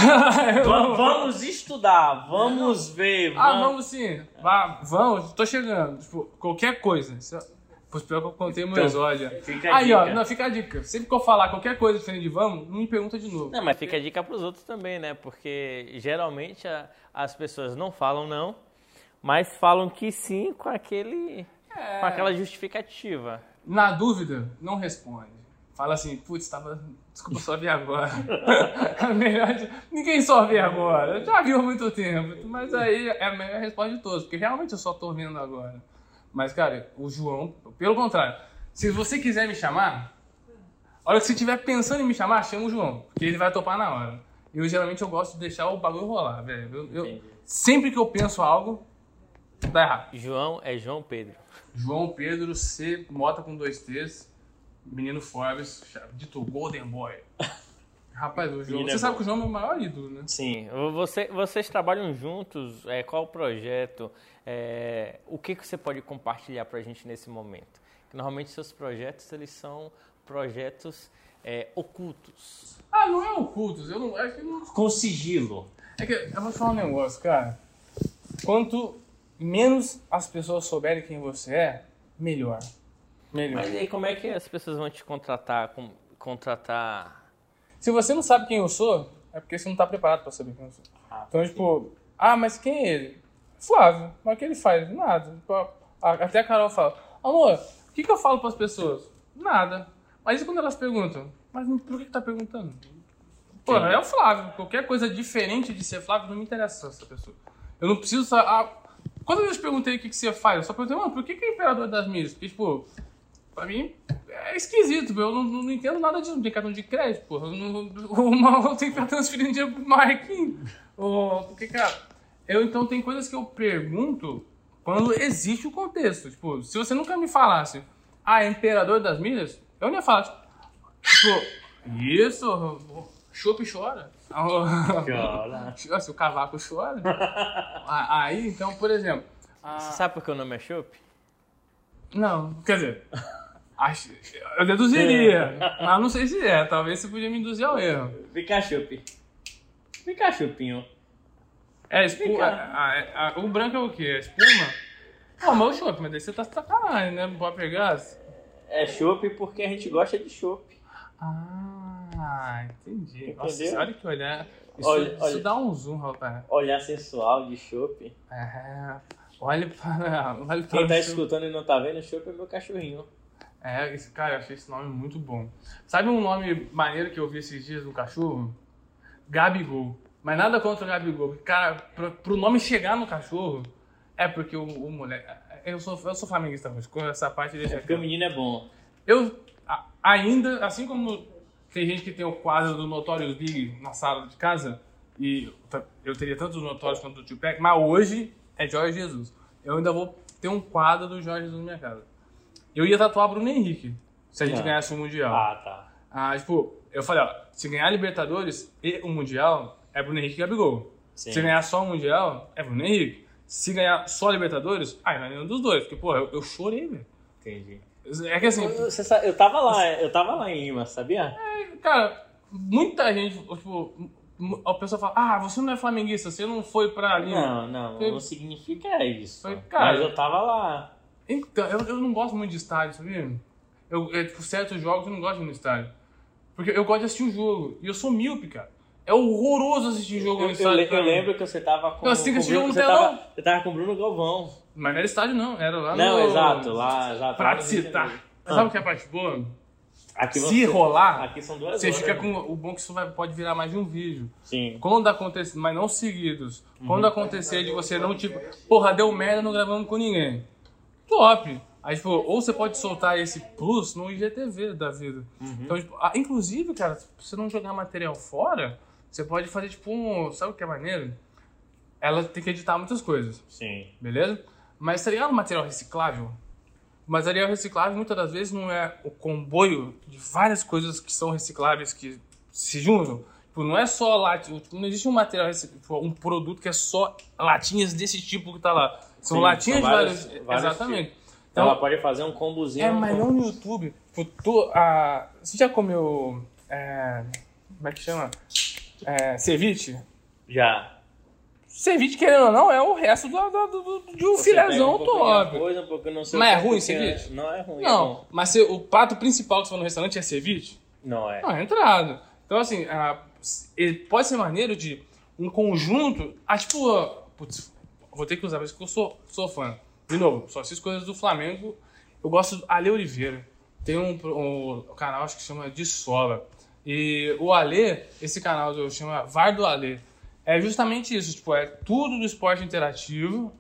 Vamos estudar, vamos ver. Vamos sim. Vamos, tô chegando. Tipo, qualquer coisa. Pois pior que eu contei meu exódio. Fica a dica. Sempre que eu falar qualquer coisa diferente de vamos, não me pergunta de novo. Não, mas fica a dica pros outros também, né? Porque geralmente as pessoas não falam não, mas falam que sim com aquela justificativa. Na dúvida, não responde. Fala assim, putz, desculpa, só vi agora. Ninguém só vê agora. Eu já viu há muito tempo. Mas aí é a melhor resposta de todos, porque realmente eu só tô vendo agora. Mas, cara, o João, pelo contrário, se você quiser me chamar, a hora que você estiver pensando em me chamar, chama o João, porque ele vai topar na hora. Geralmente eu gosto de deixar o bagulho rolar, velho. Sempre que eu penso algo, dá errado. João é João Pedro. João Pedro C. Mota com 2 T's. Menino Forbes, dito Golden Boy. Rapaz, o João, você sabe que o João é o meu maior ídolo, né? Sim. Vocês trabalham juntos? Qual o projeto? O que você pode compartilhar pra gente nesse momento? Que normalmente seus projetos, eles são projetos ocultos. Não é ocultos. Com sigilo. Eu vou te falar um negócio, cara. Quanto menos as pessoas souberem quem você é, melhor. Mas aí como é que as pessoas vão te contratar? Se você não sabe quem eu sou, é porque você não tá preparado pra saber quem eu sou. Então, tipo, mas quem é ele? Flávio. Mas o que ele faz? Nada. Até a Carol fala, amor, o que eu falo pras pessoas? Nada. Mas e quando elas perguntam? Mas por que tá perguntando? Pô, é o Flávio. Qualquer coisa diferente de ser Flávio não me interessa essa pessoa. Eu não preciso saber... Quando eu te perguntei o que você faz, eu só perguntei, mano, por que é Imperador das Milhas? Porque, tipo... Pra mim, é esquisito, eu não entendo nada disso, não tem cartão de crédito, porra. Eu tenho que estar transferindo dinheiro pro Marquinhos. Porque, cara, então tem coisas que eu pergunto quando existe o contexto. Tipo, se você nunca me falasse, Imperador das Milhas, eu não ia falar, tipo, isso, Chopp chora. Chora. Se o cavaco chora. Aí, então, por exemplo... Você sabe por que o nome é chopp? Não, quer dizer... Eu deduziria, mas não sei se é. Talvez você podia me induzir ao erro. Fica chopp. Fica chupinho. É, espuma. O branco é o quê? É espuma? Pô, mas o chopp, mas daí você tá sacanagem, né? Não pode pegar. É chopp porque a gente gosta de chopp. Ah, entendi. Nossa, Entendeu? olha que olhar. Olha. Isso dá um zoom, rapaz. Olhar sensual de chopp. Olha para Quem tá escutando e não tá vendo, chopp é meu cachorrinho. Cara, eu achei esse nome muito bom. Sabe um nome maneiro que eu vi esses dias do cachorro? Gabigol. Mas nada contra o Gabigol. Porque, cara, pro nome chegar no cachorro, é porque o moleque... Eu sou flamenguista, mas com essa parte deixa Porque o menino é bom. Eu ainda, assim como tem gente que tem o quadro do Notorious Big na sala de casa, e eu teria tanto o Notorious quanto o Tupac, mas hoje é Jorge Jesus. Eu ainda vou ter um quadro do Jorge Jesus na minha casa. Eu ia tatuar Bruno Henrique, se a gente ganhasse o Mundial. Tá. Eu falei, se ganhar a Libertadores e o Mundial, é Bruno Henrique e Gabigol. Sim. Se ganhar só o Mundial, é Bruno Henrique. Se ganhar só a Libertadores, não é nenhum dos dois. Porque, pô, eu chorei, velho. Entendi. É que assim... Eu tava lá em Lima, sabia? Cara, muita gente, tipo... A pessoa fala, você não é flamenguista, você não foi pra Lima. Não significa isso. Cara, mas eu tava lá. Então, eu não gosto muito de estádio, sabia? Por certos jogos eu não gosto de ir no estádio. Porque eu gosto de assistir o jogo. E eu sou míope, cara. É horroroso assistir jogo no estádio. Eu lembro que você tava com... Eu assisti esse jogo no telão. Você tava com o Bruno Galvão. Mas não era estádio não, era lá no... Não, exato, lá... Pra te citar. Sabe o que é a parte boa? Se rolar, aqui são 2 você horas, fica com... O bom que isso pode virar mais de um vídeo. Sim. Quando acontecer, mas não seguidos. Quando acontecer de você não, tipo... Porra, deu merda, não gravamos com ninguém. Top! Aí, tipo, ou você pode soltar esse plus no IGTV da vida. Então, tipo, inclusive, cara, se você não jogar material fora, você pode fazer, tipo, sabe o que é maneiro? Ela tem que editar muitas coisas. Sim. Beleza? Mas tá ligado o material reciclável? O material reciclável, muitas das vezes, não é o comboio de várias coisas que são recicláveis que se juntam. Tipo, não é só latinha, tipo, não existe um material reciclável, um produto que é só latinhas desse tipo que tá lá. São latinhas de vários exatamente. Tipos. Então ela pode fazer um combozinho. Mas não no YouTube. Você já comeu... como é que chama? Ceviche? Já. Ceviche, querendo ou não, é o resto de um filézão top. Mas é ruim ceviche? Não é ruim. Não, mas o prato principal que você vai no restaurante é ceviche? Não é. Não, é entrada. Então, assim, ele pode ser maneiro de um conjunto... Putz, vou ter que usar, mas que eu sou fã. De novo, só assisto coisas do Flamengo. Eu gosto do Ale Oliveira. Tem um canal, acho que chama De Sola. E o Ale, esse canal chama VAR do Ale. É justamente isso, tipo, é tudo do esporte interativo.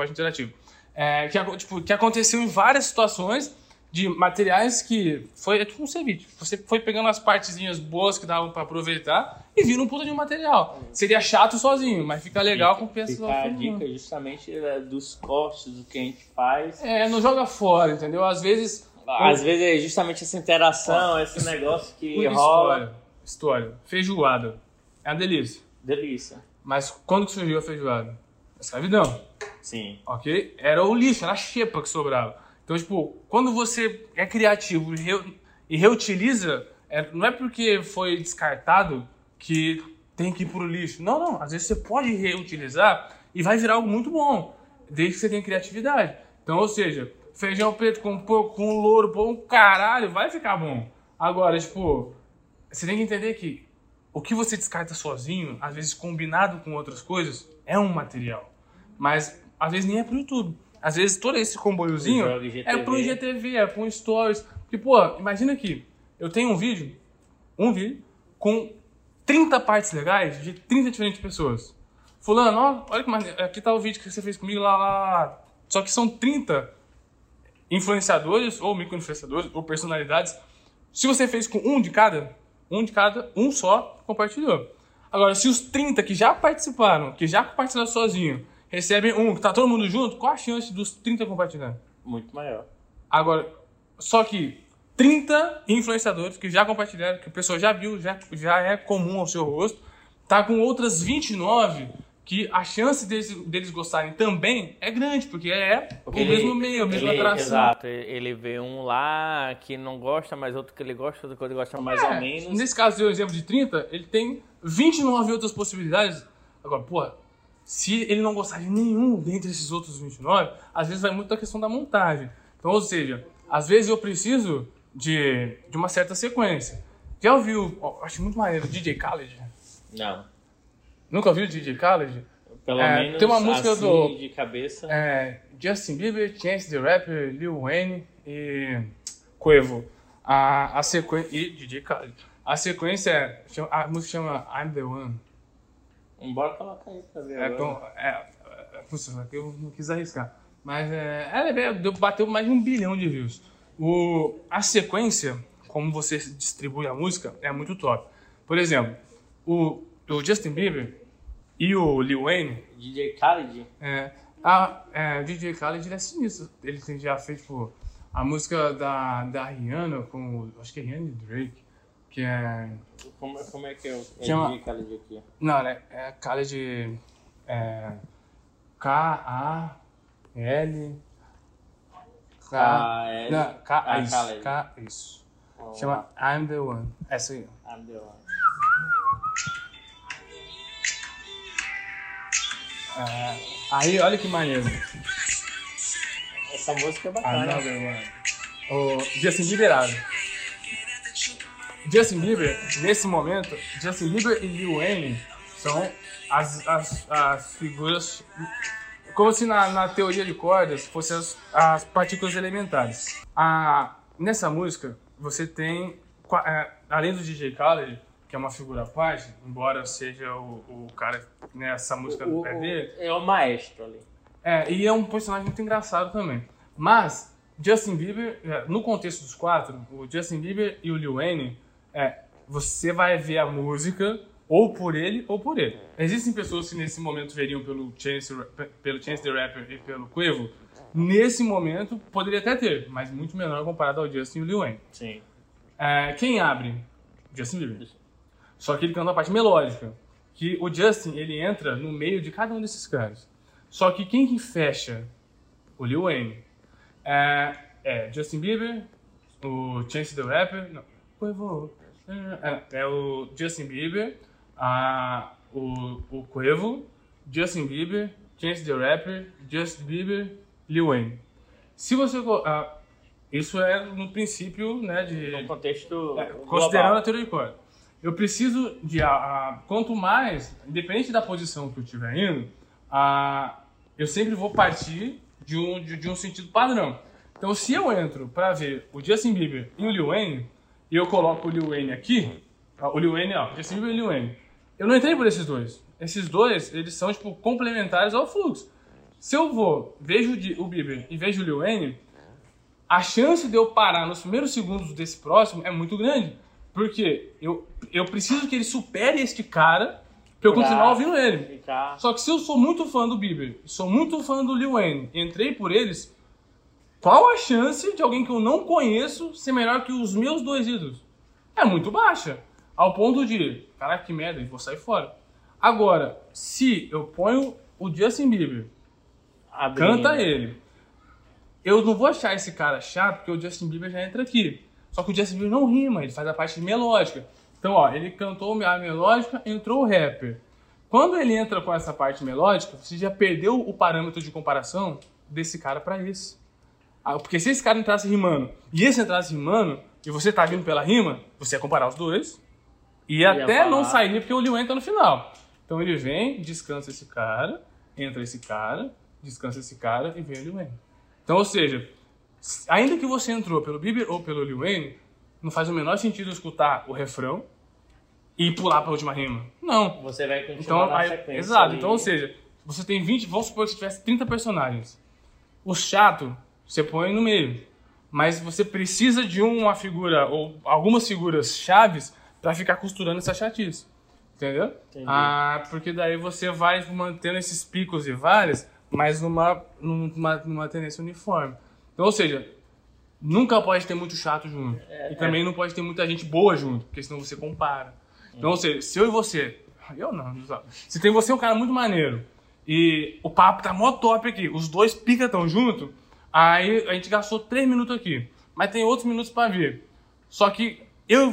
Que aconteceu em várias situações de materiais que é tipo um ceviche. Você foi pegando as partezinhas boas que davam pra aproveitar e vira um puta de um material. Seria chato sozinho, mas fica legal com pessoas. Fica a dica justamente dos cortes, do que a gente faz. Não joga fora, entendeu? Às vezes é justamente essa interação, esse negócio que rola. História. Feijoada. É uma delícia. Delícia. Mas quando que surgiu a feijoada? Escravidão. Sim. Ok? Era o lixo, era a xepa que sobrava. Então, tipo, quando você é criativo e reutiliza, não é porque foi descartado que tem que ir pro lixo. Não. Às vezes você pode reutilizar e vai virar algo muito bom, desde que você tenha criatividade. Então, ou seja, feijão preto com porco, com louro, um caralho, vai ficar bom. Agora, tipo, você tem que entender que o que você descarta sozinho, às vezes combinado com outras coisas, é um material. Mas, às vezes, nem é pro YouTube. Às vezes todo esse comboiozinho é pro IGTV, é pro Stories. Porque, pô, imagina que eu tenho um vídeo com 30 partes legais de 30 diferentes pessoas. Fulano, olha que maneiro, aqui tá o vídeo que você fez comigo, lá. Só que são 30 influenciadores, ou micro-influenciadores, ou personalidades. Se você fez com um de cada, um só compartilhou. Agora, se os 30 que já participaram, que já compartilharam sozinho, recebem que tá todo mundo junto, qual a chance dos 30 compartilhando? Muito maior. Agora, só que 30 influenciadores que já compartilharam, que o pessoal já viu, já é comum ao seu rosto. Tá com outras 29 que a chance deles gostarem também é grande, porque o mesmo meio, a mesma atração. Exato, ele vê um lá que não gosta, mas outro que ele gosta, outro que ele gosta mais ou menos. Nesse caso, deu o exemplo de 30, ele tem 29 outras possibilidades. Agora, porra, se ele não gostar de nenhum dentre esses outros 29, às vezes vai muito da questão da montagem. Então, ou seja, às vezes eu preciso de uma certa sequência. Já ouviu, acho muito maneiro, DJ Khaled? Não. Nunca ouviu o DJ Khaled? Pelo menos tem uma música assim, de cabeça. Justin Bieber, Chance the Rapper, Lil Wayne e Quavo. A sequência... E DJ Khaled. A sequência a música chama I'm the One. Bora colocar aí pra ver eu não quis arriscar. Mas bateu mais de 1 bilhão de views. A sequência, como você distribui a música, é muito top. Por exemplo, o Justin Bieber e o Lil Wayne... DJ Khaled? O DJ Khaled, ele é sinistro. Ele já fez, tipo, a música da Rihanna com... Acho que é Rihanna e Drake. Que é... Como é que é o chama... DJ Khaled aqui? Não, né? É Khaled... K-A-L... K... Isso. Chama I'm the One. Essa aí. I'm the One. Aí, olha que maneiro. Essa música é bacana. O Justin Bieber abre. Justin Bieber, nesse momento, Justin Bieber e Lil Wayne são as figuras, como se na teoria de cordas fossem as partículas elementares. Nessa música, você tem, além do DJ Khaled, que é uma figura à parte, embora seja o cara nessa música do pé dele. É o maestro ali. E é um personagem muito engraçado também. Mas, Justin Bieber, no contexto dos quatro, o Justin Bieber e o Lil Wayne, você vai ver a música ou por ele ou por ele. Existem pessoas que nesse momento veriam pelo Chance the Rapper e pelo Quavo. Nesse momento, poderia até ter, mas muito menor comparado ao Justin e o Lil Wayne. Sim. Quem abre? Justin Bieber. Só que ele canta a parte melódica. Que o Justin, ele entra no meio de cada um desses caras. Só que quem fecha o Lil Wayne Justin Bieber, o Chance the Rapper, não, o Justin Bieber, o Quavo, Justin Bieber, Chance the Rapper, Justin Bieber, Lil Wayne. Se você... isso é no princípio, né, no contexto considerando global. a teoria de corda. Eu preciso de... quanto mais, independente da posição que eu estiver indo, eu sempre vou partir de um sentido padrão. Então, se eu entro para ver o Justin Bieber e o Lil Wayne, e eu coloco o Lil Wayne aqui, o Lil Wayne, Justin Bieber e Lil Wayne, eu não entrei por esses dois. Esses dois, eles são, tipo, complementares ao fluxo. Se eu vejo o Bieber e vejo o Lil Wayne, a chance de eu parar nos primeiros segundos desse próximo é muito grande. Porque eu preciso que ele supere este cara pra eu continuar ouvindo ele. Só que se eu sou muito fã do Bieber, sou muito fã do Lil Wayne, entrei por eles, qual a chance de alguém que eu não conheço ser melhor que os meus dois ídolos? É muito baixa. Ao ponto de, caraca, que merda, vou sair fora. Agora, se eu ponho o Justin Bieber, canta ele, eu não vou achar esse cara chato, porque o Justin Bieber já entra aqui. Só que o Justin Bieber não rima, ele faz a parte melódica. Então, ele cantou a melódica, entrou o rapper. Quando ele entra com essa parte melódica, você já perdeu o parâmetro de comparação desse cara pra esse. Porque se esse cara entrasse rimando e esse entrasse rimando, e você tá vindo pela rima, você ia comparar os dois, e até não sairia porque o Lil Wayne tá no final. Então ele vem, descansa esse cara, entra esse cara, descansa esse cara e vem o Lil Wayne. Então, ou seja, ainda que você entrou pelo Bieber ou pelo Lil Wayne, não faz o menor sentido escutar o refrão e pular pra última rima. Não. Você vai continuar na sequência. Exato. Ali. Então, ou seja, você tem 20, vamos supor que você tivesse 30 personagens. O chato, você põe no meio. Mas você precisa de uma figura ou algumas figuras chaves pra ficar costurando essa chatice. Entendeu? Entendi. Porque daí você vai mantendo esses picos e vales, mas numa tendência uniforme. Então, ou seja, nunca pode ter muito chato junto. E também não pode ter muita gente boa junto, porque senão você compara. Então, ou seja, se eu e você... Eu não sabe? Se tem você um cara muito maneiro e o papo tá mó top aqui, os dois pica tão junto, aí a gente gastou 3 minutos aqui. Mas tem outros minutos pra vir. Só que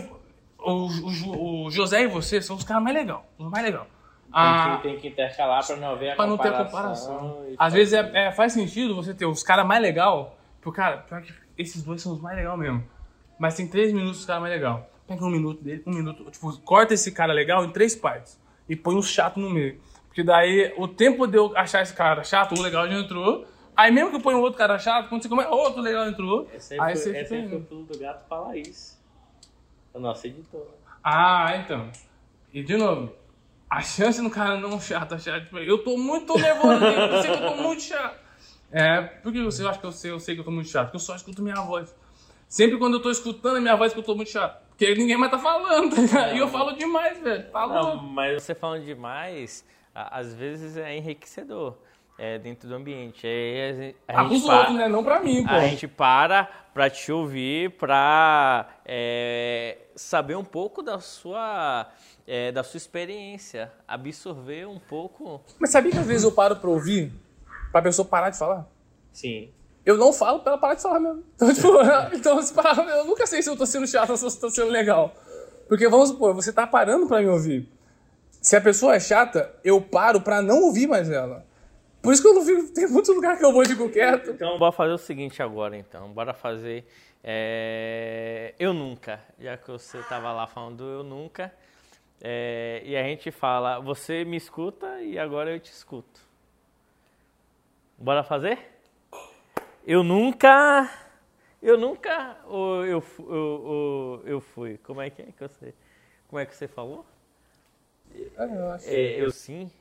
o José e você são os caras mais legais. Os mais legais. Tem que intercalar pra não haver a comparação. Pra não ter comparação. Às vezes faz sentido você ter os caras mais legais. Porque, cara, pior que esses dois são os mais legais mesmo. Mas tem 3 minutos os caras mais legais. Pega 1 minuto dele, 1 minuto. Tipo, corta esse cara legal em 3 partes. E põe um chato no meio. Porque daí, o tempo de eu achar esse cara chato, o legal já entrou. Aí mesmo que eu ponho um outro cara chato, quando você começa, outro legal entrou. Aí você foi o pulo do gato falar isso. O nosso editor. Então. E de novo, a chance do cara não chato, eu tô muito nervoso, eu sei que eu tô muito chato. Por que você acha que eu sei que eu tô muito chato? Porque eu só escuto minha voz. Sempre quando eu tô escutando a minha voz que eu tô muito chato. Porque ninguém mais tá falando, tá ligado? E eu falo demais, velho. Não, mas você falando demais, às vezes é enriquecedor. Dentro do ambiente. A gente pros outros, né? Não pra mim, pô. A gente pra te ouvir, pra saber um pouco da sua experiência, absorver um pouco. Mas sabia que às vezes eu paro pra ouvir, pra pessoa parar de falar? Sim. Eu não falo pra ela parar de falar mesmo. Então, tipo, se parar, eu nunca sei se eu tô sendo chato ou se eu tô sendo legal. Porque, vamos supor, você tá parando pra me ouvir. Se a pessoa é chata, eu paro pra não ouvir mais ela. Por isso que eu não fico... Tem muito lugar que eu vou e fico quieto. Então, bora fazer o seguinte agora, então. Bora fazer... Eu nunca. Já que você tava lá falando do eu nunca. E a gente fala, você me escuta e agora eu te escuto. Bora fazer? Eu nunca... Ou eu fui? Como é que você... Como é que você falou? Eu acho. Eu sim.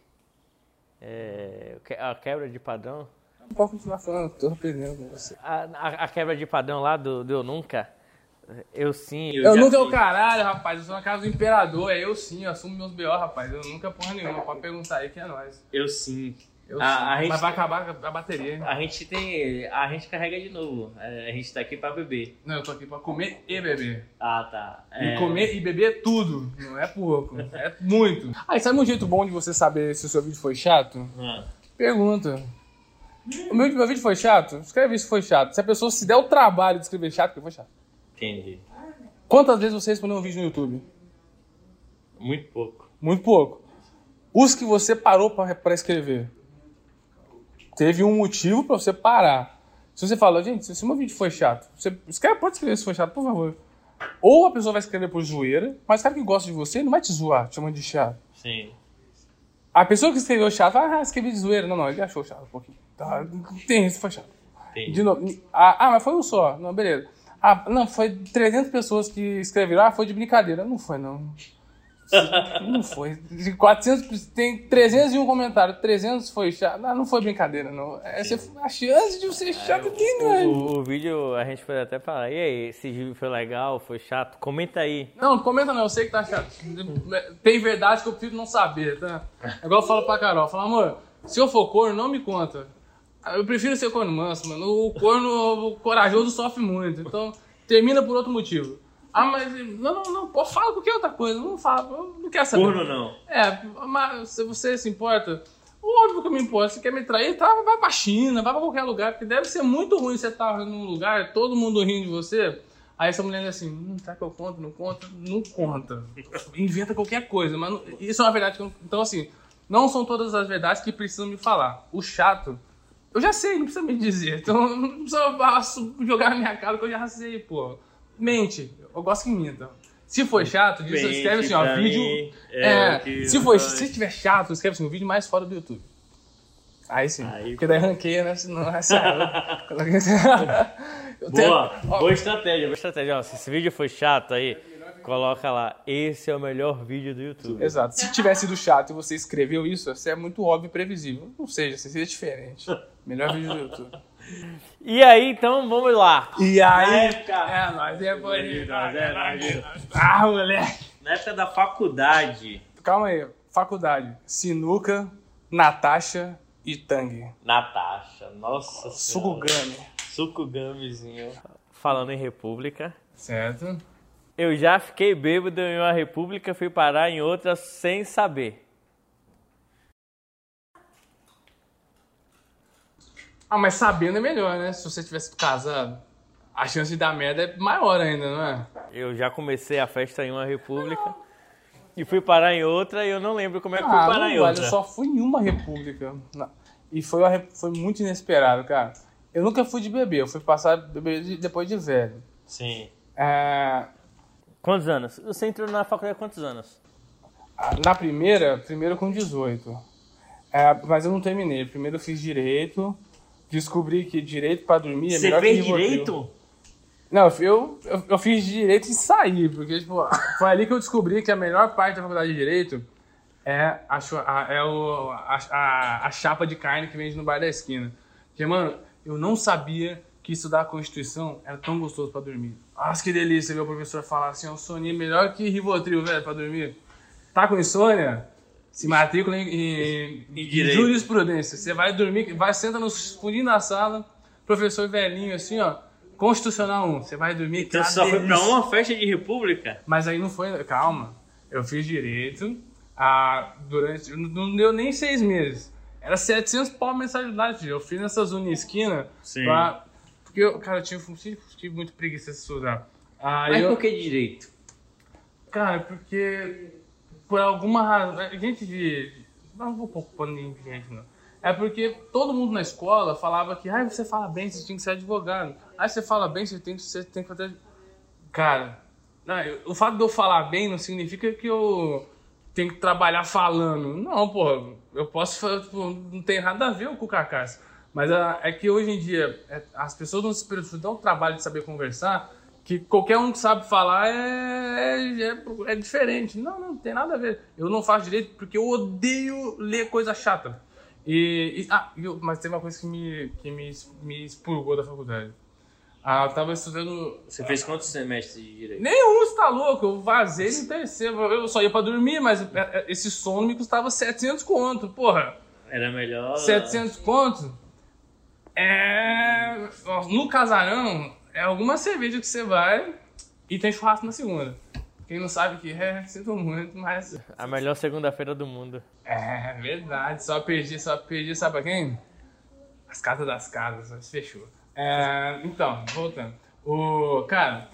A quebra de padrão. Não pode continuar falando, tô aprendendo com você. A quebra de padrão lá do eu nunca. Eu sim. Eu nunca é o caralho, rapaz. Eu sou na casa do imperador. Eu sim, eu assumo meus B.O., rapaz. Eu nunca porra nenhuma. Pode perguntar aí que é nóis. Eu sim. Mas vai acabar a bateria, hein? A gente carrega de novo. A gente tá aqui pra beber. Não, eu tô aqui pra comer e beber. Tá. E comer e beber tudo. Não é pouco. É muito. E sabe um jeito bom de você saber se o seu vídeo foi chato? Pergunta. O meu vídeo foi chato? Escreve se foi chato. Se a pessoa se der o trabalho de escrever chato, porque foi chato. Entendi. Quantas vezes você respondeu um vídeo no YouTube? Muito pouco. Muito pouco. Os que você parou pra escrever. Teve um motivo pra você parar. Se você fala, gente, se o meu vídeo foi chato, você pode escrever se foi chato, por favor. Ou a pessoa vai escrever por zoeira, mas o cara que gosta de você não vai te zoar, te chamando de chato. Sim. A pessoa que escreveu chato, escrevi de zoeira. Não, ele achou chato um pouquinho. Tá, tem isso, foi chato. Entendi. De novo. Mas foi um só. Não, beleza. Não, foi 300 pessoas que escreveram. Foi de brincadeira. Não foi, não. Não foi. De 400, tem 301 comentários. 300 foi chato. Não foi brincadeira, não. A chance de você ser chato aqui, né? O vídeo, a gente pode até falar. E aí, esse vídeo foi legal, foi chato? Comenta aí. Não comenta não. Eu sei que tá chato. Tem verdade que eu prefiro não saber, tá? É igual eu falo pra Carol. Falo, amor, se eu for corno, não me conta. Eu prefiro ser corno manso, mano. O corno corajoso sofre muito. Então, termina por outro motivo. Mas não, fala qualquer outra coisa. Não fala, não quero saber. Corno não. Mas se você se importa, óbvio que eu me importo. Se quer me trair, vai pra China, vai pra qualquer lugar. Porque deve ser muito ruim você estar num lugar, todo mundo rindo de você. Aí essa mulher diz assim, será que eu conto? Não conta? Não conta. Inventa qualquer coisa. Mas isso é uma verdade. Então assim, não são todas as verdades que precisam me falar. O chato... Eu já sei, não precisa me dizer. Então não precisa jogar na minha cara que eu já sei, pô. Mente. Eu gosto que minta. Se for chato, escreve assim, ó, vídeo... Se tiver chato, escreve assim, um vídeo mais fora do YouTube. Aí sim. Porque daí ranqueia, né? Senão é sério. Boa estratégia. Ó, se esse vídeo foi chato aí, coloca lá, esse é o melhor vídeo do YouTube. Exato. Se tiver sido chato e você escreveu isso é muito óbvio e previsível. Não seja, seria diferente. Melhor vídeo do YouTube. E aí, então, vamos lá. E aí... Nós moleque. Na época da faculdade. Calma aí. Faculdade. Sinuca, Natasha e Tang. Natasha. Nossa Senhora. Sukugami. Sukugamizinho. falando em república. Certo. Eu já fiquei bêbado em uma república, fui parar em outra sem saber. Mas sabendo é melhor, né? Se você tivesse casado, a chance de dar merda é maior ainda, não é? Eu já comecei a festa em uma república e fui parar em outra e eu não lembro como é que fui parar em outra. Eu só fui em uma república. E foi muito inesperado, cara. Eu nunca fui de beber, eu fui passar a beber depois de velho. Sim. É... Quantos anos? Você entrou na faculdade há quantos anos? Na primeiro com 18. Mas eu não terminei. Primeiro eu fiz direito, descobri que direito pra dormir é melhor que Rivotril. Você fez direito? Não, eu fiz direito e saí, porque tipo, foi ali que eu descobri que a melhor parte da faculdade de direito é a chapa de carne que vende no bar da esquina. Porque, mano, eu não sabia que estudar a Constituição era tão gostoso pra dormir. Nossa, que delícia ver o professor falar assim, o soninho é melhor que Rivotril, velho, pra dormir. Tá com insônia? Se matricula em jurisprudência. Você vai dormir, senta no fundinho da sala, professor velhinho assim, ó, Constitucional 1. Você vai dormir... Então você só foi pra uma festa de república? Mas aí não foi... Calma. Eu fiz direito, não deu nem 6 meses. Era 700 pau mensalidade. Eu fiz nessas Unisquina. Sim. Porque eu, cara, eu tive muito preguiça de estudar. Mas por que direito? Cara, porque por alguma razão... Não vou pôr ninguém de gente, não. É porque todo mundo na escola falava que você fala bem, você tinha que ser advogado. Você fala bem, você tem que fazer... Cara, o fato de eu falar bem não significa que eu tenho que trabalhar falando. Não, porra, eu posso fazer, tipo, não tem nada a ver com o carcaço. Mas é que hoje em dia as pessoas não se dão o trabalho de saber conversar, que qualquer um que sabe falar é diferente. Não tem nada a ver. Eu não faço direito porque eu odeio ler coisa chata. Mas tem uma coisa que me expurgou da faculdade. Eu tava estudando... Você fez quantos semestres de direito? Nenhum, você tá louco. Eu vazei no terceiro. Eu só ia pra dormir, mas esse sono me custava 700 conto, porra. Era melhor... 700 conto? No casarão, é alguma cerveja que você vai e tem churrasco na segunda. Quem não sabe o que sinto muito, mas... A melhor segunda-feira do mundo. É verdade, só perdi, sabe pra quem? As casas das casas, mas fechou. Então, voltando. Cara,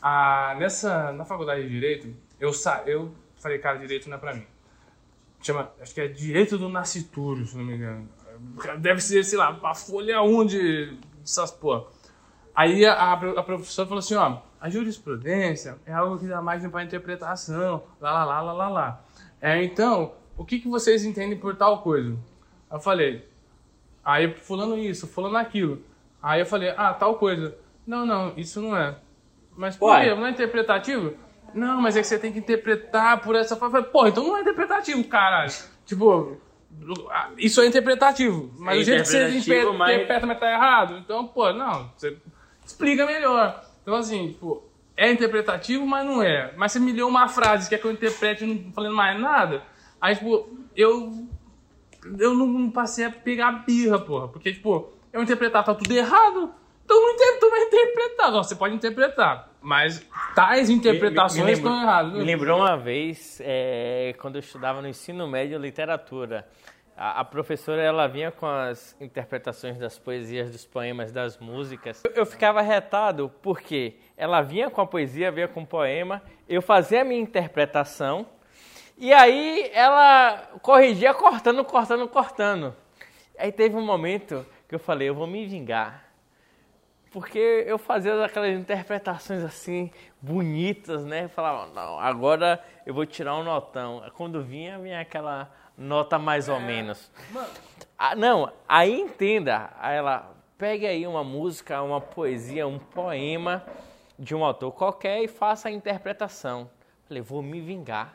na faculdade de Direito, eu falei, cara, Direito não é pra mim. Acho que é Direito do Nascituro, se não me engano. Deve ser, sei lá, a folha 1 dessas porra. Aí a professora falou assim, ó, a jurisprudência é algo que dá margem para interpretação, lá. Então, o que vocês entendem por tal coisa? Eu falei, aí fulano isso, fulano aquilo. Aí eu falei, tal coisa. Não, isso não é. Mas por quê? Não é interpretativo? Não, mas é que você tem que interpretar por essa forma. Porra, então não é interpretativo, caralho. Tipo, isso é interpretativo. Mas o jeito que você interpreta, mas tá errado. Então, não, você explica melhor. Então, assim, tipo, é interpretativo, mas não é. Mas você me deu uma frase, quer que eu interprete não falando mais nada? Aí, tipo, eu não passei a pegar birra, porra. Porque, tipo, eu interpretar tá tudo errado. Então não vai interpretar. Você pode interpretar, mas tais interpretações estão erradas. Me lembrou uma vez, quando eu estudava no ensino médio, literatura. A professora, ela vinha com as interpretações das poesias, dos poemas, das músicas. Eu ficava retado porque ela vinha com a poesia, vinha com o poema, eu fazia a minha interpretação e aí ela corrigia cortando. Aí teve um momento que eu falei, eu vou me vingar. Porque eu fazia aquelas interpretações assim, bonitas, né? Eu falava, não, agora eu vou tirar um notão. Quando vinha aquela nota mais ou menos. Não, aí entenda. Aí ela, pegue aí uma música, uma poesia, um poema de um autor qualquer e faça a interpretação. Falei, vou me vingar.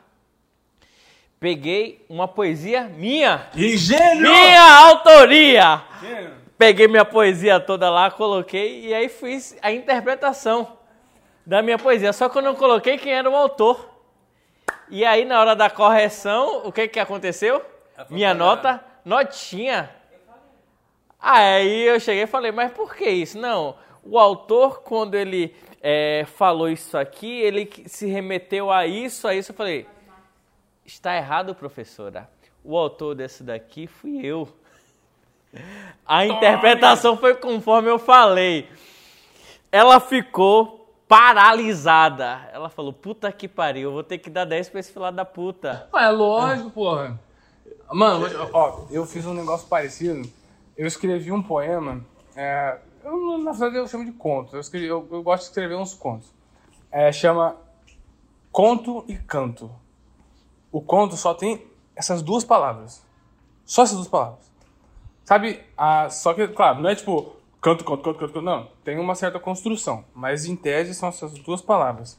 Peguei uma poesia minha. Ingênuo! Minha autoria! Ingênuo. Peguei minha poesia toda lá, coloquei e aí fiz a interpretação da minha poesia. Só que eu não coloquei quem era o autor. E aí, na hora da correção, o que aconteceu? Minha notinha. Aí eu cheguei e falei, mas por que isso? Não, O autor, quando ele falou isso aqui, ele se remeteu a isso. Eu falei, está errado, professora. O autor desse daqui fui eu. A interpretação foi conforme eu falei. Ela ficou paralisada. Ela falou, puta que pariu, eu vou ter que dar 10 pra esse filho da puta. É lógico, porra. Mano, ó, eu fiz um negócio parecido. Eu escrevi um poema. Na verdade, eu chamo de conto. Eu gosto de escrever uns contos. Chama Conto e Canto. O conto só tem essas duas palavras. Só essas duas palavras. Sabe? Só que, claro, não é tipo canto, canto, canto, canto. Não. Tem uma certa construção. Mas, em tese, são essas duas palavras.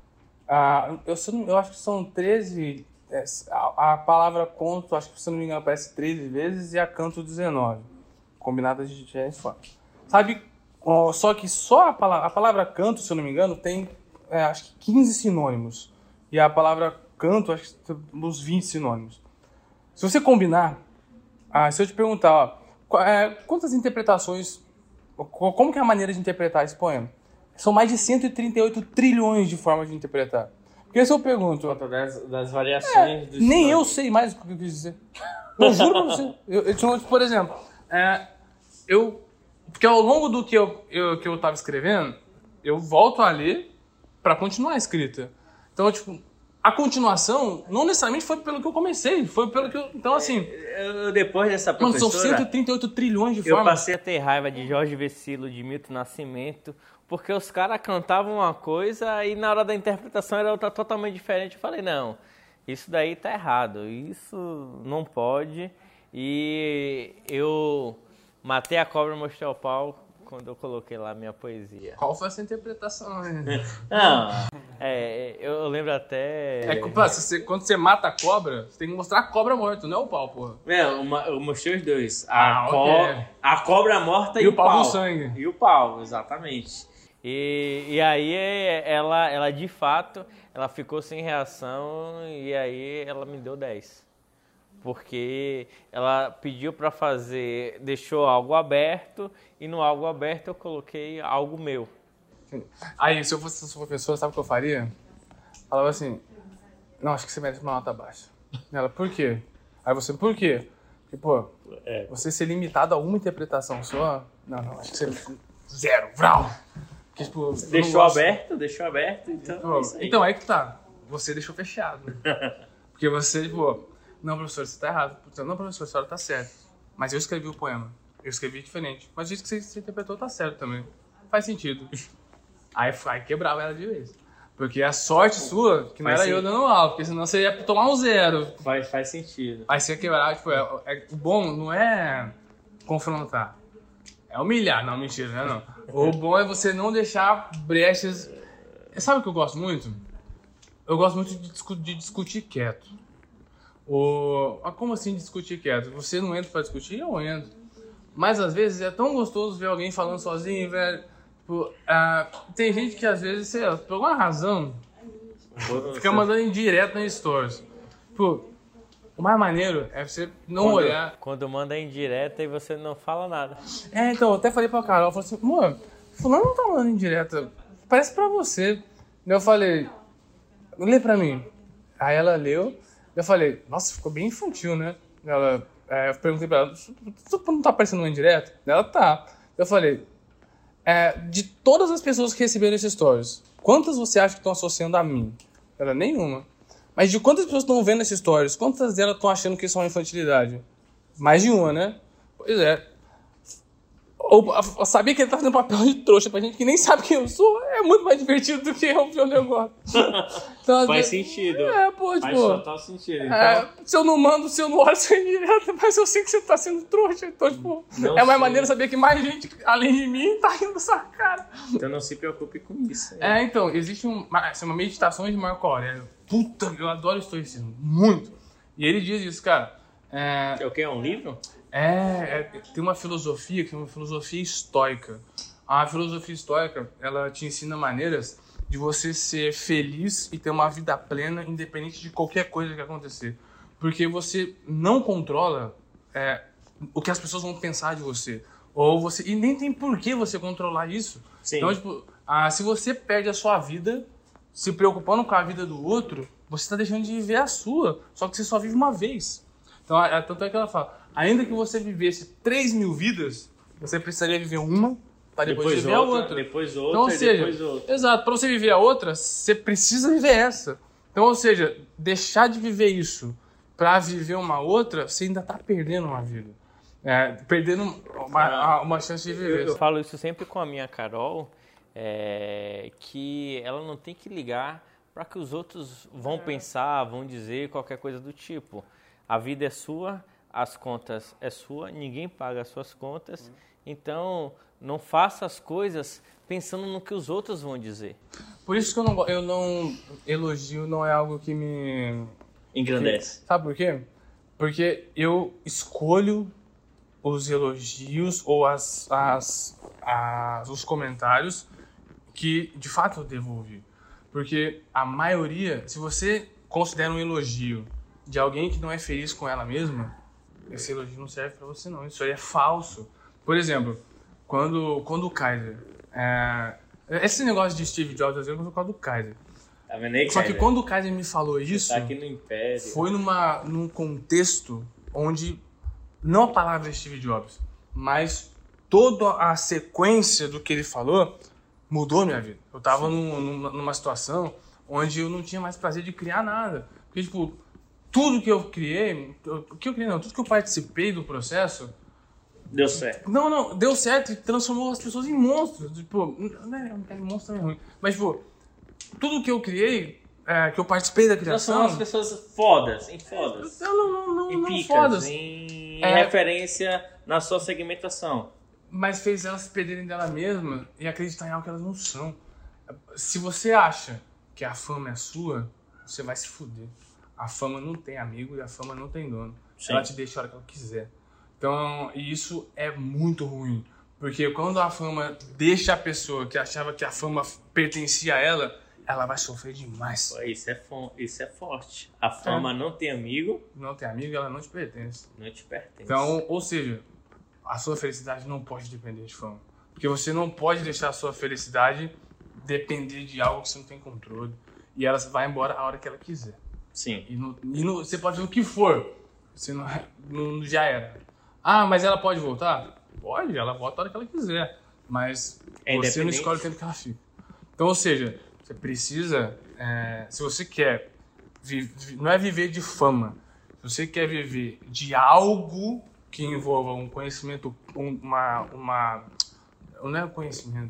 Eu acho que são 13... A palavra conto, acho que, se não me engano, aparece 13 vezes e a canto 19. Combinadas de diferentes formas. Sabe? Só que só a palavra canto, se eu não me engano, tem acho que 15 sinônimos. E a palavra canto, acho que tem uns 20 sinônimos. Se você combinar, se eu te perguntar, quantas interpretações, como que é a maneira de interpretar esse poema? São mais de 138 trilhões de formas de interpretar. Porque se eu pergunto... Das variações... nem eu sei mais o que eu quis dizer. Eu juro pra você. Por exemplo, porque ao longo do que eu tava escrevendo, eu volto a ler pra continuar a escrita. Então, tipo, a continuação não necessariamente foi pelo que eu comecei, foi pelo que eu... Então, assim... depois dessa professora... Mano, são 138 trilhões de eu formas. Eu passei a ter raiva de Jorge Vecilo, de Milton Nascimento, porque os caras cantavam uma coisa e na hora da interpretação era outra totalmente diferente. Eu falei, não, isso daí tá errado, isso não pode. E eu matei a cobra e mostrei o pau quando eu coloquei lá minha poesia. Qual foi essa interpretação, né? Não, eu lembro até... Quando você mata a cobra, você tem que mostrar a cobra morta, não é o pau, porra. Eu mostrei os dois. Ok. A cobra morta e o pau com sangue. E o pau, exatamente. E aí ela de fato, ela ficou sem reação e aí ela me deu 10. Porque ela pediu para fazer, deixou algo aberto e no algo aberto eu coloquei algo meu. Aí, se eu fosse sua professora, sabe o que eu faria? Falava assim, não, acho que você merece uma nota baixa. Ela, por quê? Aí você, por quê? Porque, pô, você ser limitado a uma interpretação só, não, acho que você... 0, vral! Porque, tipo, deixou aberto, então pô, então aí que tá, você deixou fechado. Porque você, tipo, não, professor, você tá errado. Não, professor, a senhora tá certa. Mas eu escrevi o poema, eu escrevi diferente. Mas isso que você interpretou tá certo também. Faz sentido. Aí quebrava ela de vez. Porque a sorte sua, que não era eu dando aula, porque senão você ia tomar um 0. Faz sentido. Aí você ia quebrar, tipo, o bom não é confrontar, é humilhar. Não, mentira, né? Não. O bom é você não deixar brechas. Sabe o que eu gosto muito? Eu gosto muito de discutir quieto. Como assim discutir quieto? Você não entra pra discutir? Eu entro. Mas às vezes é tão gostoso ver alguém falando sozinho, velho. Tipo, tem gente que às vezes, sei lá, por alguma razão, fica mandando indireto nas stories. Tipo, o mais maneiro é você não olhar. Quando manda indireta e você não fala nada. Então, eu até falei pra Carol, eu falei assim, mano, fulano não tá mandando indireta, parece pra você. Eu falei, lê pra mim. Aí ela leu, eu falei, nossa, ficou bem infantil, né? Eu perguntei pra ela, não tá aparecendo uma indireta? Ela tá. Eu falei, de todas as pessoas que receberam esses stories, quantas você acha que estão associando a mim? Ela, nenhuma. Mas de quantas pessoas estão vendo esses stories, quantas delas estão achando que isso é uma infantilidade? Mais de uma, né? Pois é. Eu sabia que ele tá fazendo papel de trouxa pra gente que nem sabe quem eu sou. É muito mais divertido do que eu ver o negócio. Então, faz sentido. Faz total sentido. Então... se eu não olho sem direto, mas eu sei que você tá sendo trouxa. Então, tipo, é mais maneiro saber que mais gente, além de mim, tá rindo da sua cara. Então não se preocupe com isso. Então, existe uma meditação de Marco Aurélio. Puta, eu adoro estoicismo. Muito. E ele diz isso, cara. É o quê? É um livro? Tem uma filosofia que é uma filosofia estoica. A filosofia estoica, ela te ensina maneiras de você ser feliz e ter uma vida plena, independente de qualquer coisa que acontecer. Porque você não controla o que as pessoas vão pensar de você. Ou você... E nem tem por que você controlar isso. Sim. Então, tipo, se você perde a sua vida se preocupando com a vida do outro, você está deixando de viver a sua. Só que você só vive uma vez. Então, tanto é que ela fala, ainda que você vivesse 3.000 vidas, você precisaria viver uma para depois viver outra, a outra. Depois outra, então, ou seja, depois outra. Exato, para você viver a outra, você precisa viver essa. Então, ou seja, deixar de viver isso para viver uma outra, você ainda está perdendo uma vida. Perdendo uma chance de viver. Eu falo isso sempre com a minha Carol, que ela não tem que ligar para que os outros vão pensar, vão dizer qualquer coisa do tipo. A vida é sua, as contas é sua, ninguém paga as suas contas, então não faça as coisas pensando no que os outros vão dizer. Por isso que eu não elogio, não é algo que me... Engrandece. Sabe por quê? Porque eu escolho os elogios ou os comentários que de fato eu devo ouvir. Porque a maioria, se você considera um elogio de alguém que não é feliz com ela mesma, esse elogio não serve pra você não, isso aí é falso. Por exemplo, quando o Kaiser... esse negócio de Steve Jobs, eu por causa do Kaiser. Tá vendo aí, Só que quando o Kaiser me falou isso, tá aqui no Império. Foi num contexto onde, não a palavra Steve Jobs, mas toda a sequência do que ele falou mudou minha vida. Eu tava numa situação onde eu não tinha mais prazer de criar nada. Porque, tipo, tudo que eu criei, tudo que eu participei do processo... Deu certo. Não, deu certo e transformou as pessoas em monstros. Tipo, monstro é ruim. Mas, tipo, tudo que eu criei, que eu participei da criação... Transformou as pessoas fodas, em fodas. Não picas, fodas. Em referência na sua segmentação. Mas fez elas se perderem dela mesma e acreditar em algo que elas não são. Se você acha que a fama é sua, você vai se fuder. A fama não tem amigo e a fama não tem dono. Sim. Ela te deixa a hora que ela quiser. Então, isso é muito ruim. Porque quando a fama deixa a pessoa que achava que a fama pertencia a ela, ela vai sofrer demais. Isso é forte. A fama não tem amigo. Não tem amigo e ela não te pertence. Não te pertence. Então, ou seja, a sua felicidade não pode depender de fama. Porque você não pode deixar a sua felicidade depender de algo que você não tem controle. E ela vai embora a hora que ela quiser. Sim. Você pode ver o que for. Você não já era. Mas ela pode voltar? Pode, ela volta a hora que ela quiser. Mas você não escolhe o tempo que ela fica. Então, ou seja, você precisa... se você quer... não é viver de fama. Se você quer viver de algo que envolva um conhecimento... não é um conhecimento.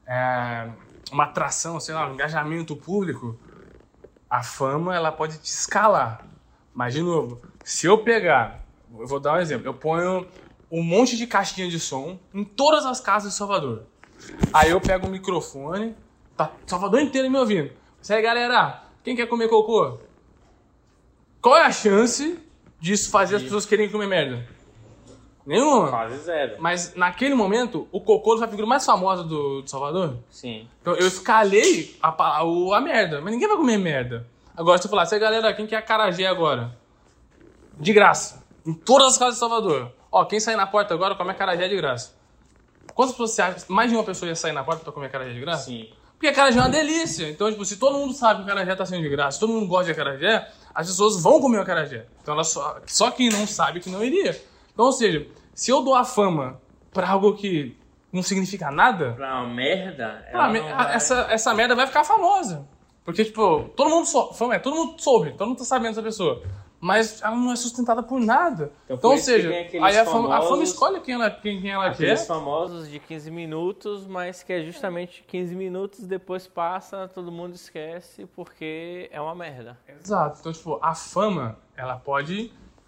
Uma atração, sei lá, um engajamento público. A fama, ela pode te escalar. Mas, de novo, se eu pegar... Eu vou dar um exemplo. Eu ponho um monte de caixinha de som em todas as casas de Salvador. Aí eu pego o microfone, tá Salvador inteiro me ouvindo. Isso aí, galera, quem quer comer cocô? Qual é a chance disso fazer as pessoas querem comer merda? Nenhuma. Quase zero. Mas naquele momento, o cocô foi a figura mais famosa de Salvador. Sim. Então eu escalei a merda, mas ninguém vai comer merda. Agora, se eu falar, galera, quem quer acarajé agora? De graça. Em todas as casas de Salvador. Quem sair na porta agora come acarajé de graça. Quantas pessoas você acha? Mais de uma pessoa ia sair na porta pra comer acarajé de graça? Sim. Porque acarajé é uma delícia. Então, tipo, se todo mundo sabe que o acarajé tá sendo de graça, se todo mundo gosta de acarajé, as pessoas vão comer o acarajé. Então, só quem não sabe que não iria. Então, ou seja, se eu dou a fama pra algo que não significa nada... Pra uma merda... essa merda vai ficar famosa. Porque, tipo, todo mundo soube, todo mundo tá sabendo dessa pessoa. Mas ela não é sustentada por nada. Então ou seja, aí a fama escolhe quem ela quer. Aqueles famosos de 15 minutos, mas que é justamente 15 minutos, depois passa, todo mundo esquece, porque é uma merda. Exato. Então, tipo, a fama, ela pode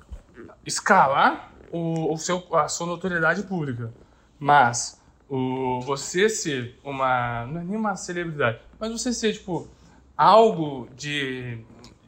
escalar a sua notoriedade pública. Mas você ser não é nem uma celebridade, mas você ser, tipo, algo de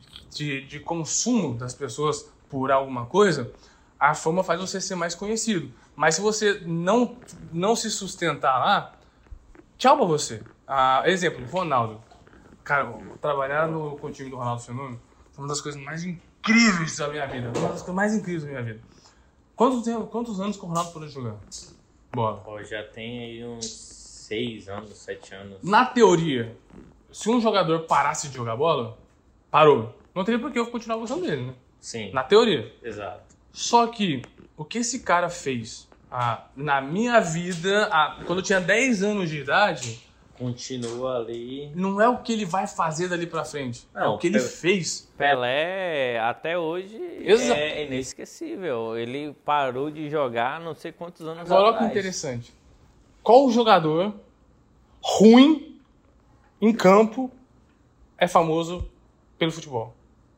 consumo das pessoas por alguma coisa, a fama faz você ser mais conhecido. Mas se você não se sustentar lá, tchau pra você. Exemplo, Ronaldo. Cara, trabalhar com o time do Ronaldo Fenômeno foi uma das coisas mais incríveis da minha vida. Uma das coisas mais incríveis da minha vida. Quantos anos que o Ronaldo pôde jogar? bola? Pô, já tem aí uns 6 anos, 7 anos. Na teoria, se um jogador parasse de jogar bola, parou. Não teria por que eu continuar gostando dele, né? Sim. Na teoria. Exato. Só que o que esse cara fez na minha vida, quando eu tinha 10 anos de idade, Continua ali. não é o que ele vai fazer dali pra frente. É Não, o que ele fez. Pelé, até hoje, é inesquecível. Ele parou de jogar não sei quantos anos Agora, olha que atrás. interessante. Qual jogador ruim em campo é famoso pelo futebol?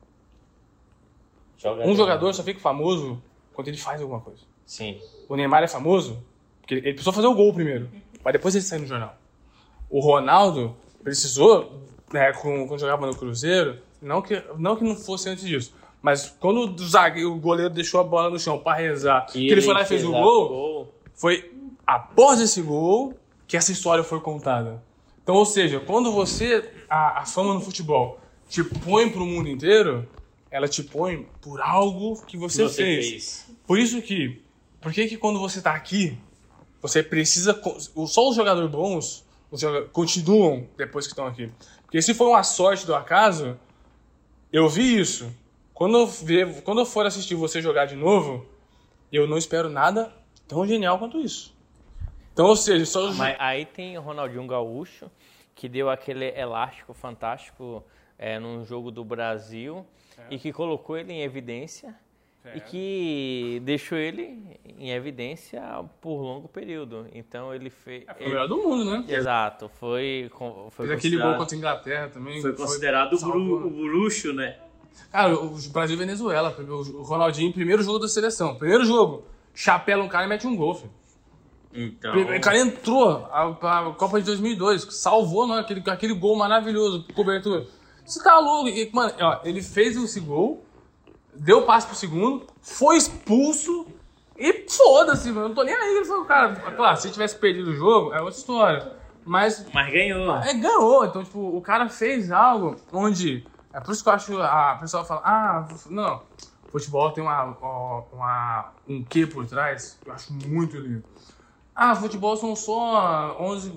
Um jogador só fica famoso quando ele faz alguma coisa. Sim. O Neymar é famoso porque ele precisou fazer o gol primeiro, para depois ele sair no jornal. O Ronaldo precisou, né, quando jogava no Cruzeiro, não que não fosse antes disso, mas quando o goleiro deixou a bola no chão para rezar, que ele foi lá e fez o gol, foi após esse gol que essa história foi contada. Então, ou seja, quando você, a fama no futebol te põe pro mundo inteiro, ela te põe por algo que você fez. Por isso que, por que quando você tá aqui, você precisa, só os jogadores bons continuam depois que estão aqui. Porque se for uma sorte do acaso, eu vi isso. Quando eu for assistir você jogar de novo, eu não espero nada tão genial quanto isso. Então, ou seja, só... Mas aí tem o Ronaldinho Gaúcho, que deu aquele elástico fantástico num jogo do Brasil e que colocou ele em evidência e que deixou ele em evidência por longo período. Então ele fez... Foi o melhor do mundo, né? Exato. Fez aquele gol contra a Inglaterra também. Foi considerado o bruxo, né? Cara, o Brasil e Venezuela. O Ronaldinho, primeiro jogo da seleção. Primeiro jogo. Chapela um cara e mete um gol, filho. Então... O cara entrou a Copa de 2002, salvou, né, aquele gol maravilhoso, cobertura. Você tá louco? E, mano, ó, ele fez esse gol, deu passe pro segundo, foi expulso e foda-se, mano. Eu não tô nem aí. Ele falou, cara, claro, se tivesse perdido o jogo, é outra história. Mas ganhou. Ganhou. Então, tipo, o cara fez algo onde... É por isso que eu acho a pessoa fala, não, futebol tem um quê por trás que eu acho muito lindo. Futebol são só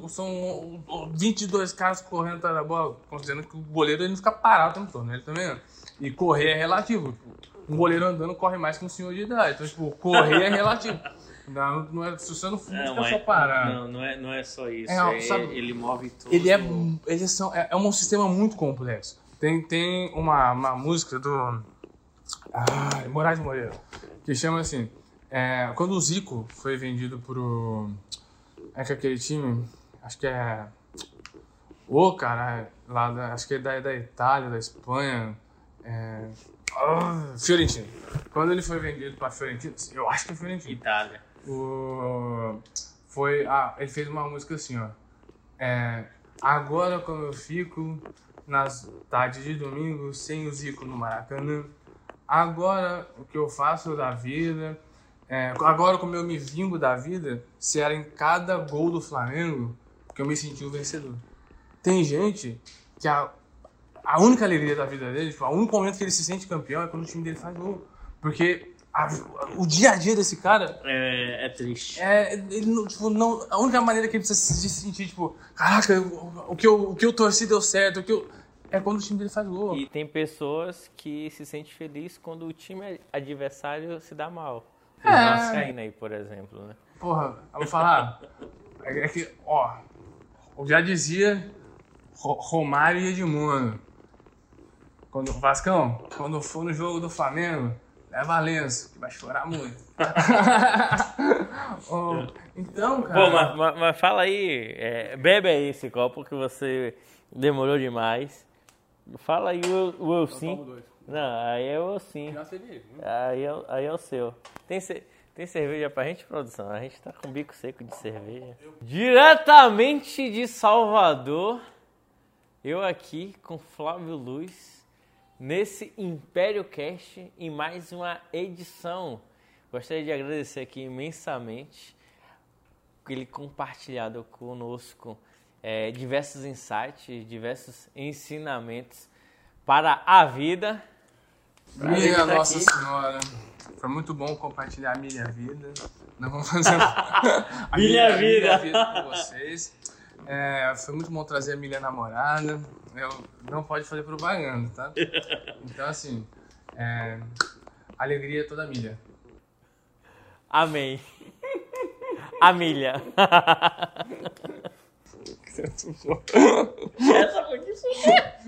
22 caras correndo atrás da bola, considerando que o goleiro ele não fica parado o tempo todo, né? Ele também. E correr é relativo. Um goleiro andando corre mais que um senhor de idade. Então, tipo, correr é relativo. Não é, se você não fica só parado. Não é só isso. Ele move tudo. É um sistema muito complexo. Tem uma música do Moraes Moreira que chama assim... quando o Zico foi vendido pro... aquele time... Acho que é... acho que é da Itália, da Espanha... Fiorentina. Quando ele foi vendido pra Fiorentina... Eu acho que é Fiorentina. Itália. Ele fez uma música assim, ó... agora como eu fico nas tardes de domingo sem o Zico no Maracanã... Agora o que eu faço da vida... agora como eu me vingo da vida, se era em cada gol do Flamengo que eu me senti o vencedor. Tem gente que a única alegria da vida dele, tipo, o único momento que ele se sente campeão é quando o time dele faz gol. Porque o dia a dia desse cara... É triste. A única maneira que ele precisa se sentir, tipo... Caraca, o que eu torci deu certo, é quando o time dele faz gol. E tem pessoas que se sentem felizes quando o time adversário se dá mal. Vascaína aí, por exemplo, né? Porra, eu vou falar. É que, ó, eu já dizia Romário e Edmundo. Vascão, quando for no jogo do Flamengo, leva a Lenço, que vai chorar muito. Então, cara... Pô, mas fala aí, bebe aí esse copo que você demorou demais. Fala aí o Elcim. Não, aí é o Elcim. Aí é o seu. Tem cerveja pra gente, produção? A gente tá com bico seco de cerveja. Diretamente de Salvador, eu aqui com Flávio Luz, nesse Império Cast, em mais uma edição. Gostaria de agradecer aqui imensamente ele compartilhado conosco diversos insights, diversos ensinamentos para a vida. Minha Nossa Senhora. Foi muito bom compartilhar a minha vida. Nós vamos fazer a minha vida com vocês. Foi muito bom trazer a minha namorada. Eu não pode fazer propaganda, tá? Então, assim, alegria toda milha. Amém. A milha. Essa foi que